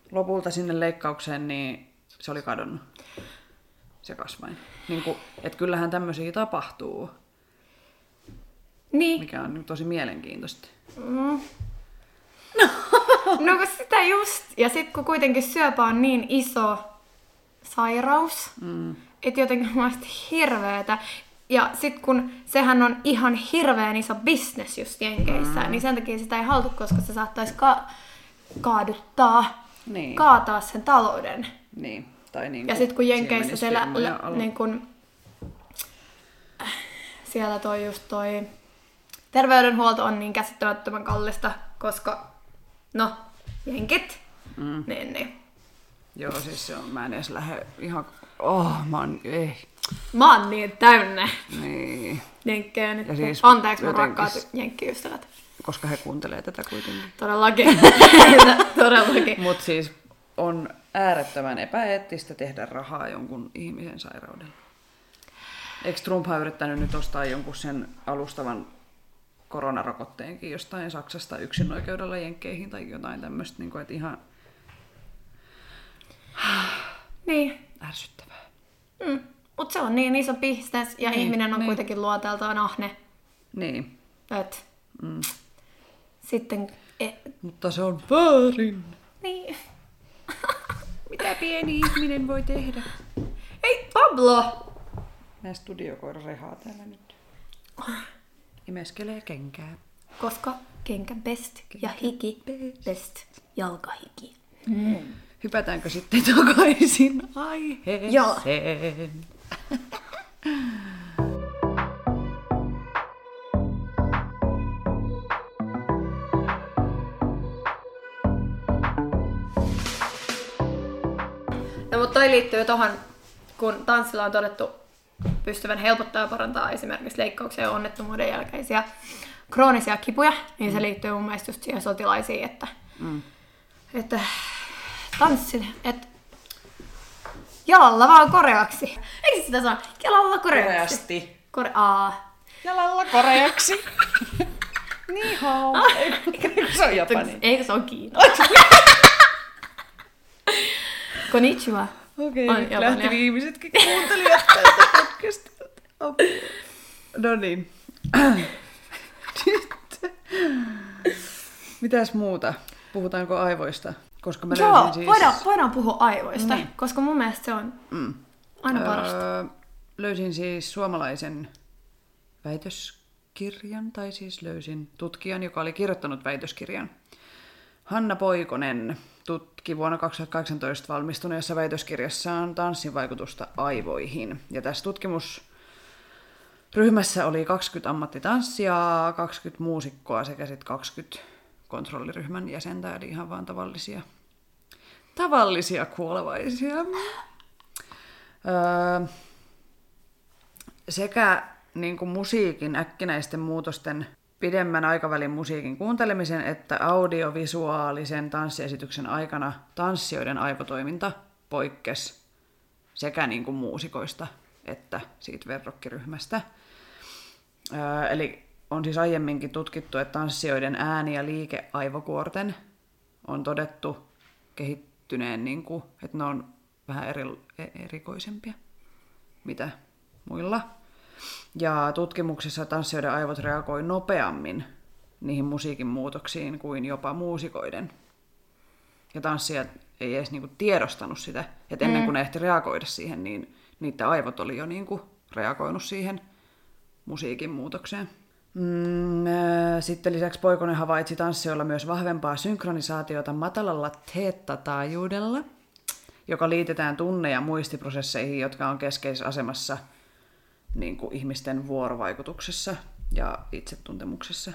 lopulta sinne leikkaukseen, niin se oli kadonnut, se kasvain. Niin kuin, että kyllähän tämmöisiä tapahtuu, Niin. mikä on tosi mielenkiintoista. Mm. No kun sitä just, ja sitten kun kuitenkin syöpä on niin iso sairaus, mm. että jotenkin mun mielestä hirveetä. Ja sitten kun sehän on ihan hirveän iso business just Jenkeissä, mm. niin sen takia sitä ei haltu, koska se saattaisi ka- kaaduttaa, niin. kaataa sen talouden. Niin. Tai niin ja sitten kun Jenkeissä siellä, lä- niin kun, äh, siellä toi just toi terveydenhuolto on niin käsittämättömän kallista, koska no, jenkit, mm. niin niin. Joo, siis se on, mä en edes lähde ihan, oh, mä oon, ei. Mä oon niin täynnä. Niin. Jenkkejä nyt. Siis anteeksi mun jotenkin, rakkaat jenkkiystävät. Koska he kuuntelee tätä kuitenkin. Todellakin. Todellakin. Mut siis on äärettömän epäeettistä tehdä rahaa jonkun ihmisen sairaudella. Eikö Trumphan yrittänyt nyt ostaa jonkun sen alustavan koronarokotteenkin jostain Saksasta yksinoikeudella jenkkeihin tai jotain tämmöistä, niin kuin, että ihan niin. ärsyttävää. Mm. Mutta se on niin iso business ja niin, ihminen on niin. kuitenkin luoteeltaan ahne. Niin. Et Mm. sitten... E- Mutta se on väärin. niin. Mitä pieni ihminen voi tehdä? Ei, Pablo! Nää studiokoira rehaa täällä nyt. Imeskelee kenkää. Koska kenkä best kenkä ja hiki best. best. Jalkahiki. Mm. Hypätäänkö sitten takaisin aiheeseen? Joo. No mutta toi liittyy tohon, kun tanssilla on todettu pystyvän helpottaa ja parantaa esimerkiksi leikkauksia ja onnettomuuden jälkeisiä kroonisia kipuja, niin se liittyy mun mielestä just siihen sotilaisiin, että, mm. että tanssi, että jalalla vaan koreaksi. Eikö sitä sano? Jalalla koreaksi. Koreasti. Kore- Aa. Jalalla koreaksi. Ni hao. Eikö se on japani? Eikö se ole Kiina? Konnichiwa. Okei, okay, nyt lähti viimeisetkin kuuntelijat tältä podcastilta. Okay. No niin. Mitäs muuta? Puhutaanko aivoista? Koska mä Joo, löysin siis... voidaan, voidaan puhua aivoista, niin. koska mun mielestä se on mm. aina parasta. Öö, löysin siis suomalaisen väitöskirjan, tai siis löysin tutkijan, joka oli kirjoittanut väitöskirjan. Hanna Poikonen tutki vuonna kaksituhattakahdeksantoista valmistuneessa väitöskirjassaan tanssin vaikutusta aivoihin. Ja tässä tutkimusryhmässä oli kaksikymmentä ammattitanssijaa, kaksikymmentä muusikkoa sekä sitten kaksikymmentä kontrolliryhmän jäsentä, eli ihan vaan tavallisia, tavallisia kuolevaisia. Öö, sekä niin kuin musiikin äkkinäisten muutosten pidemmän aikavälin musiikin kuuntelemisen että audiovisuaalisen tanssiesityksen aikana tanssijoiden aivotoiminta poikkesi sekä niin kuin muusikoista että siitä verrokkiryhmästä. Öö, eli on siis aiemminkin tutkittu, että tanssijoiden ääni- ja liikeaivokuorten on todettu kehittyneen, niin kuin, että ne on vähän eri, erikoisempia mitä muilla. Ja tutkimuksissa tanssijoiden aivot reagoi nopeammin niihin musiikin muutoksiin kuin jopa muusikoiden. Ja tanssijat ei edes niinku tiedostanut sitä, että ennen kuin ne ehti reagoida siihen, niin niiden aivot oli jo niinku reagoinut siihen musiikin muutokseen. Mm, sitten lisäksi Poikonen havaitsi tanssijoilla myös vahvempaa synkronisaatiota matalalla teettataajuudella, joka liitetään tunne- ja muistiprosesseihin, jotka on keskeisessä asemassa niin kuin ihmisten vuorovaikutuksessa ja itsetuntemuksessa.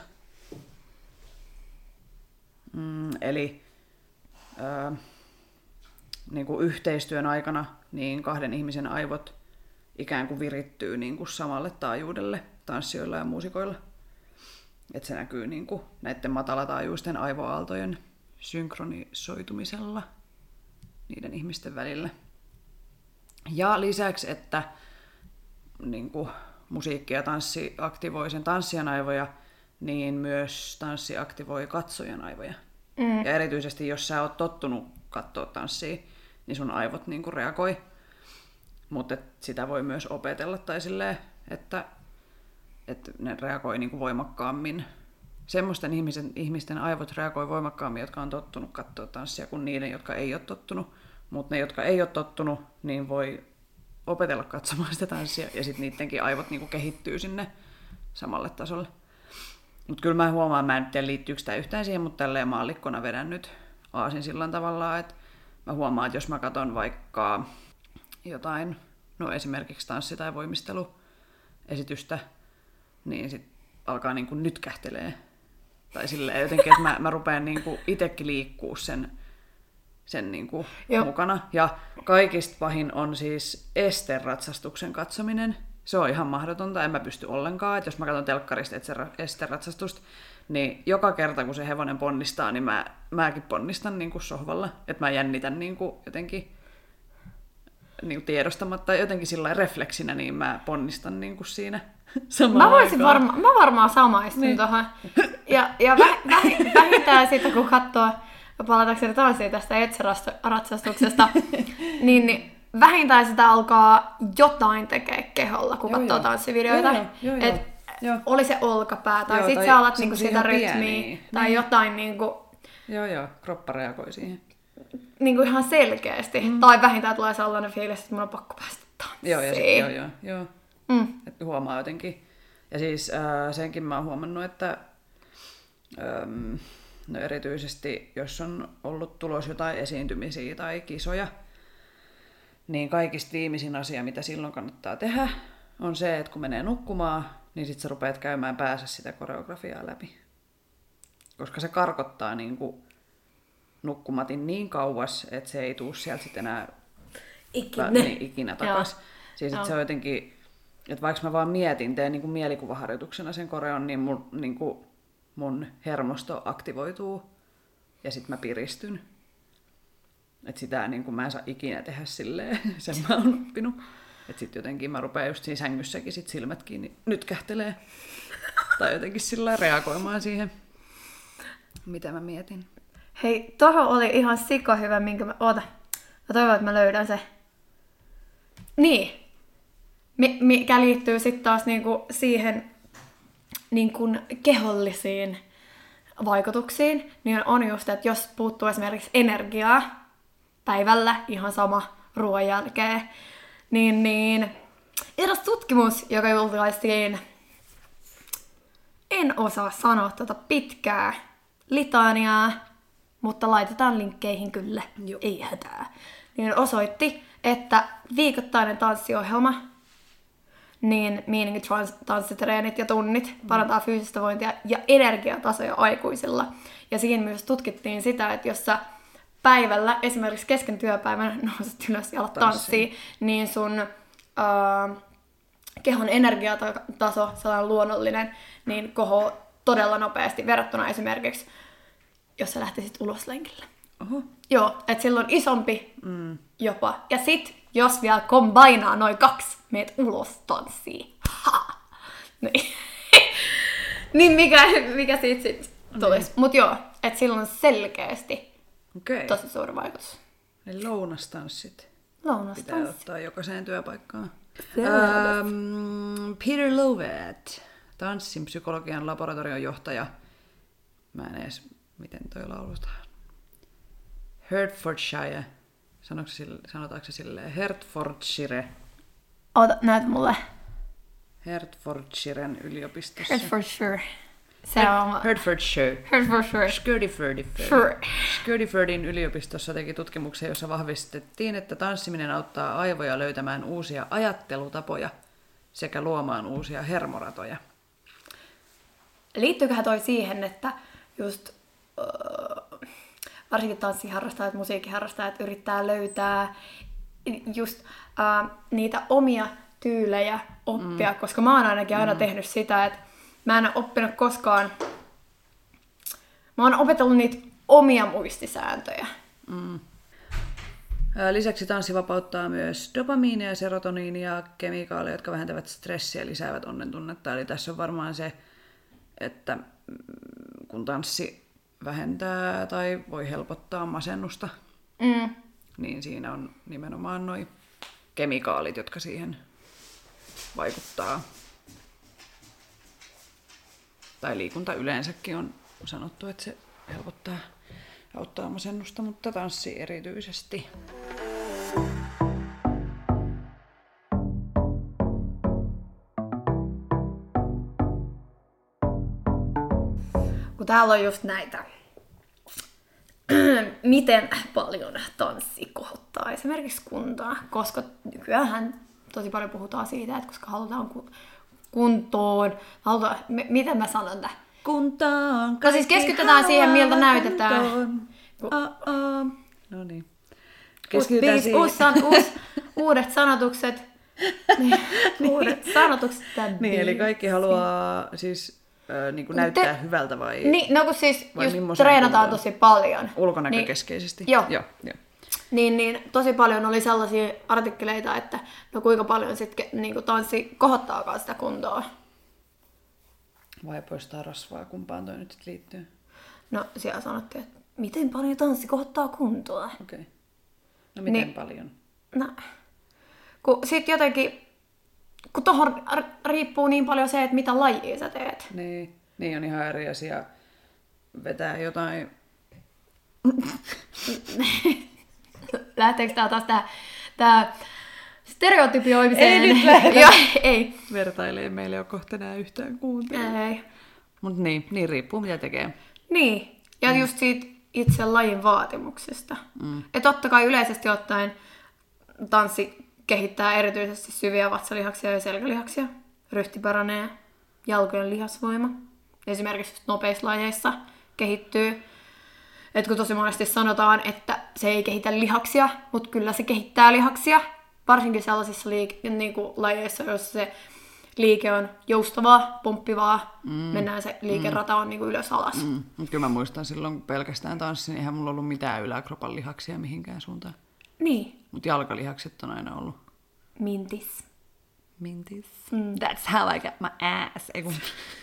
Mm, eli ää, niin kuin yhteistyön aikana niin kahden ihmisen aivot ikään kuin virittyy niin kuin samalle taajuudelle tanssijoilla ja muusikoilla. Et se näkyy niin kuin näiden matalataajuisten aivoaaltojen synkronisoitumisella niiden ihmisten välillä. Ja lisäksi, että niin kuin musiikki ja tanssi aktivoi sen tanssijan aivoja, niin myös tanssi aktivoi katsojan aivoja. Mm. Ja erityisesti jos sä oot tottunut katsoo tanssia, niin sun aivot niinku reagoi. Mutta sitä voi myös opetella tai silleen, että, että ne reagoi niinku voimakkaammin. Semmoisten ihmisten, ihmisten aivot reagoi voimakkaammin, jotka on tottunut katsoa tanssia, kuin niiden, jotka ei ole tottunut. Mutta ne, jotka ei ole tottunut, niin voi opetella katsomaan sitä tanssia, ja sitten niidenkin aivot niinku kehittyy sinne samalle tasolle. Mutta kyllä mä huomaan, mä en tiedä liittyykö tämä yhtään siihen, mutta tälleen maallikkona vedän nyt aasin sillä tavalla, että mä huomaan, että jos mä katson vaikka jotain, no esimerkiksi tanssi- tai voimisteluesitystä, niin sit alkaa niinku nytkähtelee. Tai silleen jotenkin, että mä, mä rupean niinku itsekin liikkuu sen, sen niinku mukana. Ja kaikista pahin on siis esteratsastuksen katsominen. Se on ihan mahdotonta, en mä pysty ollenkaan. Et jos mä katson telkkarista esteratsastusta, niin joka kerta kun se hevonen ponnistaa, niin mä, mäkin ponnistan niinku sohvalla. Että mä jännitän niinku jotenkin niinku tiedostamatta, jotenkin sillä refleksinä, niin mä ponnistan niinku siinä samaan Mä voisin aikaan. varma, mä varmaan samaistun niin. Tuohon. Ja, ja vä, väh, vähintään sitä, kun katsoo, palatakseni tanssia tästä etseratsastuksesta, niin, niin vähintään sitä alkaa jotain tekee keholla, kun joo, katsoo joo. tanssivideoita. Joo, joo, joo, Et joo. Oli se olkapää, tai joo, sit tai sä alat niinku sitä rytmiä, tai niin. jotain niinku... Joo, joo, kroppa reagoi siihen. Niinku ihan selkeästi. Mm. Tai vähintään tulee sellainen fiilis, että mun on pakko päästä tanssiin. Joo, ja sit, joo, joo, joo. Mm. Että huomaa jotenkin. Ja siis äh, senkin mä oon huomannut, että ähm, no erityisesti jos on ollut tulos jotain esiintymisiä tai kisoja, niin kaikista viimeisin asia, mitä silloin kannattaa tehdä, on se, että kun menee nukkumaan, niin sit sä rupeat käymään päässä sitä koreografiaa läpi. Koska se karkottaa niin kuin nukkumatin niin kauas, että se ei tuu sieltä sitten enää ikinä, niin, ikinä takas. Siis että se on jotenkin, että vaikka mä vaan mietin, teen niin kuin mielikuvaharjoituksena sen koreon, niin mun, niin kuin mun hermosto aktivoituu ja sitten mä piristyn. Että sitä niin kuin mä en saa ikinä tehdä silleen, sen mä oon oppinut. Että sitten jotenkin mä rupean just siinä sängyssäkin sit silmät kiinni nytkähtelee. Tai jotenkin sillä reagoimaan siihen, mitä mä mietin. Hei, tohon oli ihan sika hyvä, minkä mä... Oota, mä toivon, että mä löydän se. Niin. Mikä liittyy sitten taas niinku siihen niinku kehollisiin vaikutuksiin, niin on just, että jos puuttuu esimerkiksi energiaa päivällä, ihan sama ruoan jälkeen, niin, niin eräs tutkimus, joka julkaistiin, en osaa sanoa tuota pitkää litaniaa, mutta laitetaan linkkeihin kyllä, Joo. ei hätää, niin osoitti, että viikoittainen tanssiohjelma, niin meaning tanssitreenit ja tunnit parantaa fyysistä vointia ja energiatasoja aikuisilla. Ja siinä myös tutkittiin sitä, että jos sä päivällä, esimerkiksi kesken työpäivän, nouset ylös ja alat tanssia, niin sun äh, kehon energiataso, sellainen luonnollinen, niin kohoo todella nopeasti verrattuna esimerkiksi, jos sä lähtisit ulos lenkille. Oho. Joo, että silloin isompi mm. jopa. Ja sit, jos vielä kombinaa noin kaksi, meet ulos tanssii. Ha! Niin, niin mikä, mikä siitä sitten tulisi. Niin. Mut joo, että silloin selkeästi okay. tosi suuri vaikutus. Eli lounastanssit. Lounastanssit. Pitää ottaa jokaiseen työpaikkaan. Um, Peter Lovett, tanssin psykologian laboratorion johtaja. Mä en edes, miten toi lausutaan. Hertfordshire. Sanotaanko se silleen? Hertfordshire. Ota, näytä mulle. Hertfordshiren yliopistossa. Hertfordshire. Se on... Hertfordshire. Hertfordshire. Skurdiford. Skurdifordin yliopistossa teki tutkimuksen, jossa vahvistettiin, että tanssiminen auttaa aivoja löytämään uusia ajattelutapoja sekä luomaan uusia hermoratoja. Liittyyköhän toi siihen, että just uh, varsinkin tanssiharrastajat, musiikkiharrastajat yrittää löytää just uh, niitä omia tyylejä oppia, mm. koska mä oon ainakin aina mm. tehnyt sitä, että mä en ole oppinut koskaan, mä oon opetellut niitä omia muistisääntöjä. Mm. Lisäksi tanssi vapauttaa myös dopamiinia ja serotoniinia, kemikaaleja, jotka vähentävät stressiä ja lisäävät onnentunnetta. Eli tässä on varmaan se, että kun tanssi vähentää tai voi helpottaa masennusta, Mm. niin siinä on nimenomaan noi kemikaalit, jotka siihen vaikuttaa. Tai liikunta yleensäkin on sanottu, että se helpottaa, auttaa masennusta, mutta tanssi erityisesti. Kun täällä on just näitä, miten paljon tanssi kohottaa esimerkiksi kuntoa, koska nykyään tosi paljon puhutaan siitä, että koska halutaan ku- kuntoon, halutaan, m- miten mä sanon tämän? Kuntoon. No siis keskitytään siihen, miltä näytetään. Oh-oh. No niin. Uusi biisi, uusi san, uusi, uudet sanotukset. Niin, uudet sanotukset tämän Niin, eli kaikki haluaa siis äh, niin kuin näyttää Te, hyvältä vai? Niin, no kun siis vai just treenataan tosi paljon. Ulkonäkökeskeisesti? Niin, joo. joo, joo. Niin, niin tosi paljon oli sellaisia artikkeleita, että no kuinka paljon sitten niin tanssi kohottaakaan sitä kuntoa. Vai poistaa rasvaa, kumpaan toi nyt sit liittyy? No siellä sanottiin, että miten paljon tanssi kohottaa kuntoa. Okei. Okay. No miten niin, paljon? No, kun sit jotenkin, kun tohon riippuu niin paljon se, että mitä lajia sä teet. Niin, niin on ihan eri asia vetää jotain. Lähteekö tää taas tää, tää stereotypioimiseen? Ei nyt lähde. Joo, ei. Vertailee meille jo kohta nää yhtään kuuntelemaan. Ei. Mut niin, niin riippuu mitä tekee. Niin, ja mm. just siitä itse lajin vaatimuksesta. Mm. Ja totta kai yleisesti ottaen tanssi kehittää erityisesti syviä vatsalihaksia ja selkälihaksia. Ryhti paranee, jalkojen lihasvoima. Esimerkiksi nopeissa lajeissa kehittyy. Et kun tosi monesti sanotaan, että se ei kehitä lihaksia, mutta kyllä se kehittää lihaksia. Varsinkin sellaisissa liike- niinku lajeissa, joissa se liike on joustavaa, pomppivaa. Mm. Mennään se liikerata on niinku ylös alas. Mm. Kyllä mä muistan silloin, kun pelkästään tanssin, eihän mulla ollut mitään yläkropan lihaksia mihinkään suuntaan. Niin. Mutta jalkalihakset on aina ollut. Mintis. Mintis. Mm. That's how I got my ass. Eiku.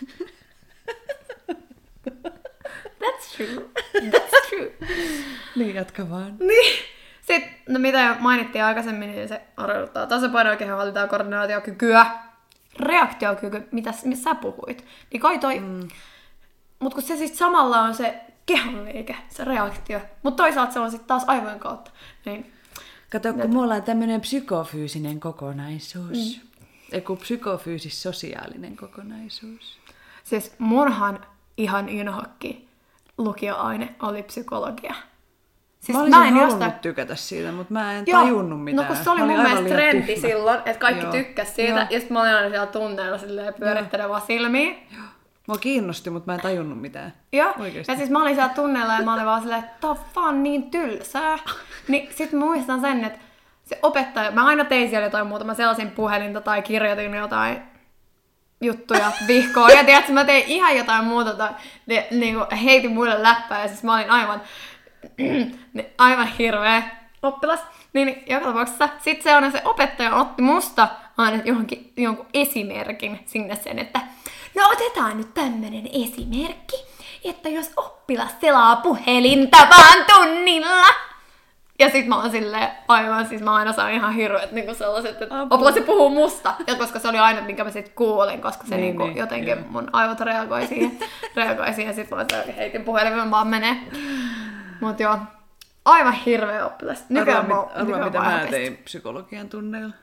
That's true. That's true. Niin, jatka vaan. Niin. Sitten, no mitä jo mainittiin aikaisemmin, niin se harjoittaa tasapainoa, kehonhallintaa, koordinaatiokykyä, reaktiokyky, mitä, missä sä puhuit. Niin kai toi, mm. mut kun se sitten samalla on se kehonliike, se reaktio, mutta toisaalta se on sitten taas aivojen kautta. Niin. Kato, kun mulla on tämmönen psykofyysinen kokonaisuus. Mm. Eiku psykofyysis-sosiaalinen kokonaisuus. Siis munhan ihan inhokki lukioaine oli psykologia. Siis mä olisin mä en halunnut jostain... tykätä siitä, mutta mä en Joo, tajunnut mitään. No kun se oli mä mun mielestä trendi tyhmä. silloin, että kaikki Joo. tykkäs siitä. Joo. Ja sit mä olin aina siellä tunneilla silleen pyörittelee vaan silmiä. Joo. Mua kiinnosti, mutta mä en tajunnut mitään. Joo, Oikeesti. ja siis mä olin siellä tunneilla ja mä olin vaan silleen, että tää on vaan niin tylsää. Niin sit mä muistan sen, että se opettaja, mä aina tein siellä jotain muuta, mä selasin puhelinta tai kirjoitin jotain juttuja vihkoa. Ja tiedätkö, mä tein ihan jotain muuta tai de, niinku, heitin muille läppää ja siis mä olin aivan, aivan hirveä oppilas. Niin joka tapauksessa sit se on se opettaja otti musta aina johonkin, jonkun esimerkin sinne sen, että no otetaan nyt tämmönen esimerkki, että jos oppilas selaa puhelinta vaan tunnilla. Ja sit mä oon silleen aivan, siis mä aina saan ihan hirveet niinku sellaiset, että oppilas se puhuu musta. Ja koska se oli aina, minkä mä sit kuulin, koska se niin, niinku niin, jotenkin joo. mun aivot reagoi siihen. reagoi siihen ja sit mä se heitin puhelimen vaan menee. Mut joo, aivan hirveä oppilas. Nykyään mä, Arvaa, nykyään mitä mä mä ihan tein psykologian tunneilla.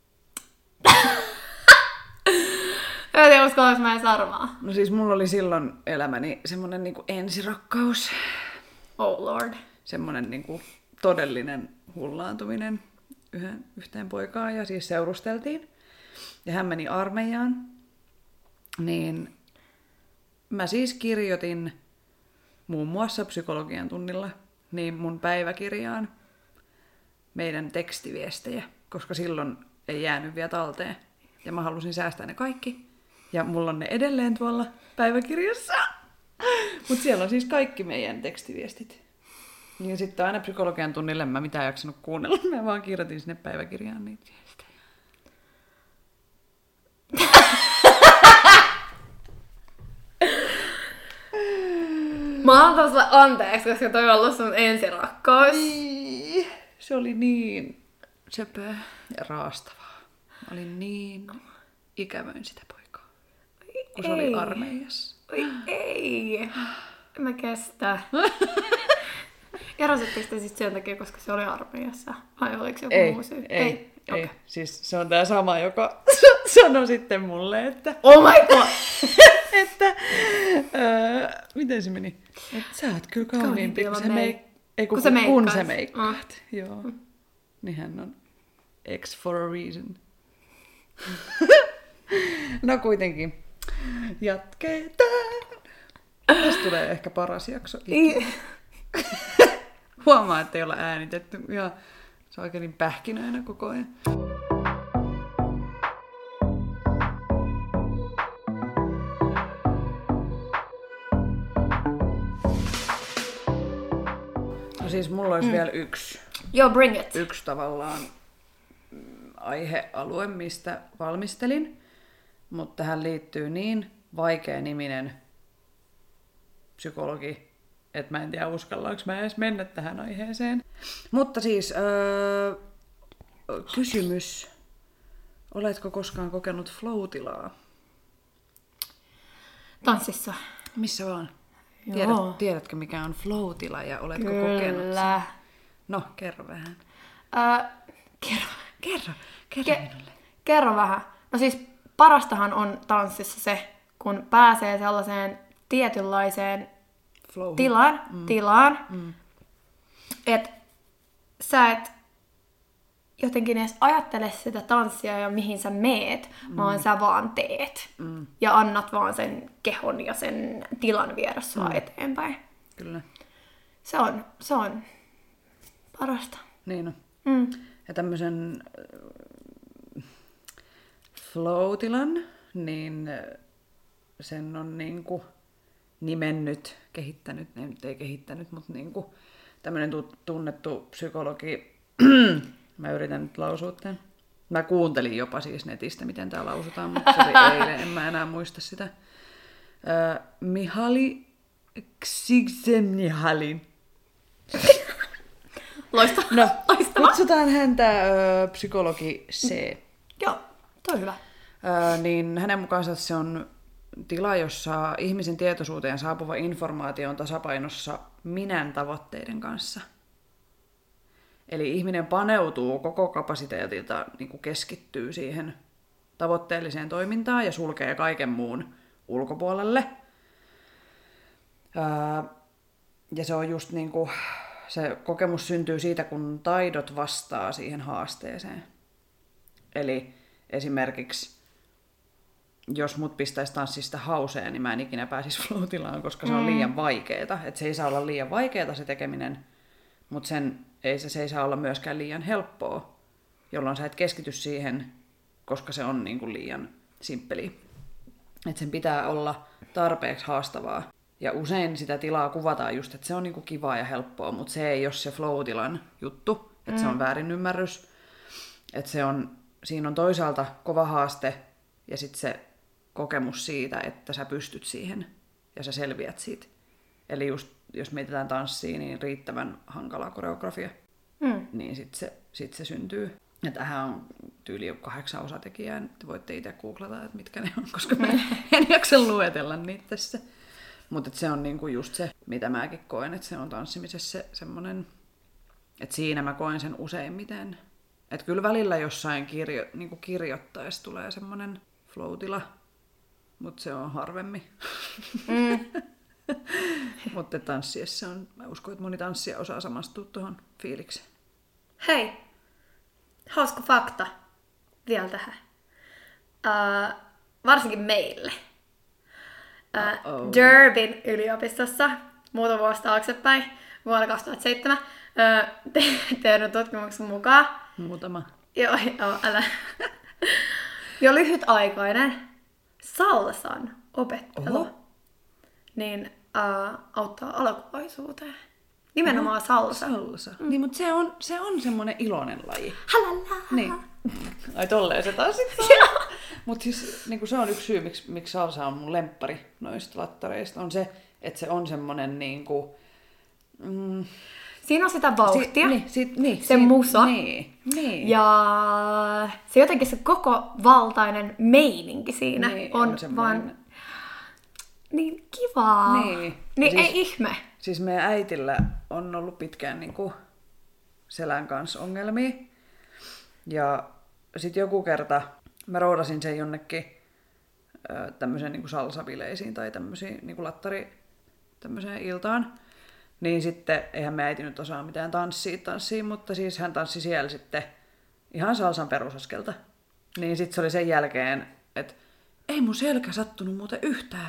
En tiedä, uskallanko mä edes arvaa. No siis mulla oli silloin elämäni semmonen niinku ensirakkaus. Oh lord. Semmonen niinku todellinen hullaantuminen yhden, yhteen poikaan ja siis seurusteltiin. Ja hän meni armeijaan. Niin mä siis kirjoitin muun muassa psykologian tunnilla niin mun päiväkirjaan meidän tekstiviestejä, koska silloin ei jäänyt vielä talteen. Ja mä halusin säästää ne kaikki. Ja mulla on ne edelleen tuolla päiväkirjassa. Mutta siellä on siis kaikki meidän tekstiviestit. Ja sitten aina psykologian tunnille mä mitään jaksanut kuunnella. Mä vaan kirjoitin sinne päiväkirjaan niitä viestejä. Mä antan sulle anteeksi, koska toi on ollut sun ensirakkaus. Ei, se oli niin söpöä ja raastavaa. Mä olin niin ikävöin sitä poikaa, kun se oli armeijassa. Oi ei. En mä kestä. Erositteko te sitten sen takia, koska se oli armeijassa? Vai oliko se joku Ei, muu syy? ei, ei. ei. Okay. Siis se on tää sama, joka sanoi sitten mulle, että... Oh my god! että... Öö, miten se meni? Että sä oot kyllä kauniimpi, kun, me... meik... Ei, kun, kun, se kun sä meikkaat. Mm. Joo. Niin hän on ex for a reason. No kuitenkin. Jatketaan. Tästä tulee ehkä paras jakso. Huomaa, että ei olla äänitetty. Ja se on oikein niin pähkinöinä koko ajan. No siis mulla olisi mm. vielä yksi. Joo, bring it. Yksi tavallaan aihealue, mistä valmistelin. Mutta tähän liittyy niin vaikea niminen psykologi, että mä en tiedä uskallaanko mä edes mennä tähän aiheeseen. Mutta siis öö, kysymys. Oletko koskaan kokenut flow-tilaa? Tanssissa. Missä vaan? Joo. Tiedät, tiedätkö mikä on flow-tila ja oletko Kyllä. kokenut sen? No, kerro vähän. Öö, kerro. Kerro, kerro Ke- minulle. Kerro vähän. No siis parastahan on tanssissa se, kun pääsee sellaiseen tietynlaiseen Flow. tilaan, Mm. tilaan Mm. että sä et jotenkin edes ajattele sitä tanssia ja mihin sä meet, mm. vaan sä vaan teet. Mm. Ja annat vaan sen kehon ja sen tilan viedä sua mm. eteenpäin. Kyllä. Se on, se on parasta. Niin on. Mm. Ja tämmöisen äh, flow-tilan, niin äh, sen on niinku nimennyt, kehittänyt, ei nyt ei kehittänyt, mutta niinku tämmöinen tu- tunnettu psykologi, mä yritän nyt lausua tämän. Mä kuuntelin jopa siis netistä, miten tää lausutaan, mutta se oli eilen, en mä enää muista sitä. Äh, Mihaly Csikszentmihalyi. Loistava. No, Loistava. kutsutaan häntä ö, psykologi C. Joo, toi on hyvä. Ö, niin hänen mukaansa se on tila, jossa ihmisen tietoisuuteen saapuva informaatio on tasapainossa minän tavoitteiden kanssa. Eli ihminen paneutuu koko kapasiteetilta, niin kuin keskittyy siihen tavoitteelliseen toimintaan ja sulkee kaiken muun ulkopuolelle. Ö, ja se on just niin kuin... Se kokemus syntyy siitä, kun taidot vastaa siihen haasteeseen. Eli esimerkiksi, jos mut pistäisi tanssista hauseen, niin mä en ikinä pääsisi flow-tilaan, koska se on liian vaikeeta. Et se ei saa olla liian vaikeeta se tekeminen, mutta sen ei, se, se ei saa olla myöskään liian helppoa, jolloin sä et keskity siihen, koska se on niin kuin liian simppeliä. Et sen pitää olla tarpeeksi haastavaa. Ja usein sitä tilaa kuvataan just, että se on niinku kivaa ja helppoa, mutta se ei ole se flow-tilan juttu, että mm. se on väärinymmärrys. Että se on, siinä on toisaalta kova haaste ja sitten se kokemus siitä, että sä pystyt siihen ja sä selviät siitä. Eli just jos mietitään tanssia, niin riittävän hankala koreografia, mm. niin sitten se, sit se syntyy. Ja tähän on tyyli kahdeksan osatekijää, te voitte itse googlata, että mitkä ne on, koska mä en jaksa luetella niitä tässä. Mutta se on niinku just se, mitä mäkin koen, että se on tanssimisessa se, semmoinen, että siinä mä koen sen useimmiten. Että kyllä välillä jossain kirjo, niinku kirjoittaessa tulee semmoinen flow-tila, mutta se on harvemmin. Mm. Mutta tanssiessa on, mä uskon, että moni tanssija osaa samastua tuohon fiilikseen. Hei, hauska fakta vielä tähän. Uh, varsinkin meille. Uh, Durbin yliopistossa muutama vuosi taaksepäin, vuonna kaksituhattaseitsemän, uh, te- tehnyt tutkimuksen mukaan. Muutama. Joo, joo, älä. Jo lyhytaikainen salsan opettelu Oho. niin uh, auttaa alkuvaisuuteen. Nimenomaan Oho. salsa. Salsa. Mm. Niin, mutta se on, se on semmoinen iloinen laji. Halala. Niin. Ai tolleen se taas sitten Mutta siis niin se on yksi syy, miksi, miksi salsa on mun lemppari noista lattareista, on se, että se on semmonen niin kuin, mm, siinä on sitä vauhtia, si, niin, si, niin, se si, musa niin, niin. ja se jotenkin se koko valtainen meininki siinä niin, on, on vaan niin kivaa. Niin, niin siis, ei ihme. Siis meidän äitillä on ollut pitkään niin kuin selän kanssa ongelmia. Ja sitten joku kerta mä roudasin sen jonnekin tämmöiseen niin kuin salsabileisiin tai tämmöisiin niin kuin lattari tämmöiseen iltaan. Niin sitten, eihän me äiti nyt osaa mitään tanssia tanssia, mutta siis hän tanssi siellä sitten ihan salsan perusaskelta. Niin sitten se oli sen jälkeen, että ei mun selkä sattunut muuten yhtään.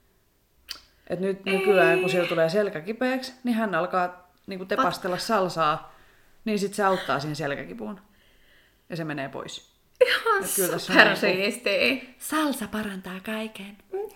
Et nyt nykyään, kun sillä tulee selkä kipeäksi, niin hän alkaa niinku tepastella salsaa, niin sit se auttaa siihen selkäkipuun. Ja se menee pois. Ihan supersiistiä. Salsa parantaa kaiken.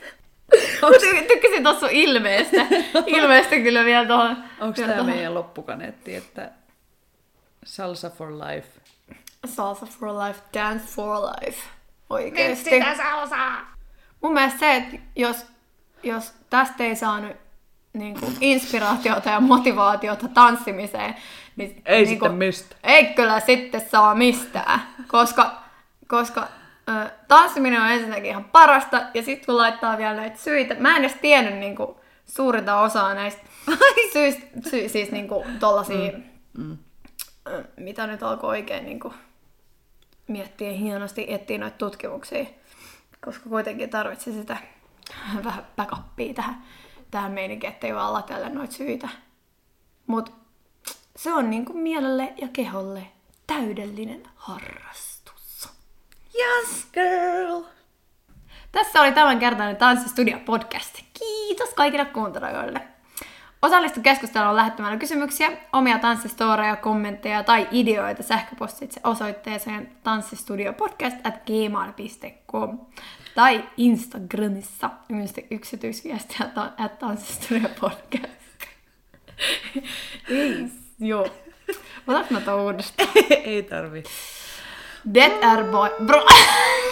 Ty- tykkäsin tossa sun ilmeestä. Ilmeestä kyllä vielä tuohon. Onko tää tohon meidän loppukaneetti, että salsa for life? Salsa for life, dance for life. Oikeesti. Nyt sitä salsaa! Mun mielestä se, että jos, jos tästä ei saanut niin kuin inspiraatiota ja motivaatiota tanssimiseen, niin ei niin sitten kuin, mistä. Ei kyllä sitten saa mistään, koska, koska ö, tanssiminen on ensinnäkin ihan parasta, ja sitten kun laittaa vielä näitä syitä, mä en edes tiennyt niin kuin, suurinta osaa näistä syistä, sy, siis niin kuin tollasia, mm. Mm. mitä nyt alkoi oikein niin kuin, miettiä hienosti, etsiä noita tutkimuksia, koska kuitenkin tarvitsi sitä vähän backupia tähän, tähän meininkiin, ettei vaan latella noita syitä. Mut se on niinku mielelle ja keholle täydellinen harrastus. Yes, girl! Tässä oli tämänkertainen Tanssistudio podcast. Kiitos kaikille kuuntelijoille. Osallistu keskusteluun lähettämällä kysymyksiä, omia tanssistoreja, kommentteja tai ideoita sähköpostitse osoitteeseen tanssistudiopodcast at gmail piste com tai Instagramissa yksityisviestiä at tanssistudiopodcast. Ei, joo. Otatko mä tuon uudestaan? Ei tarvi. Det är boy... Bro...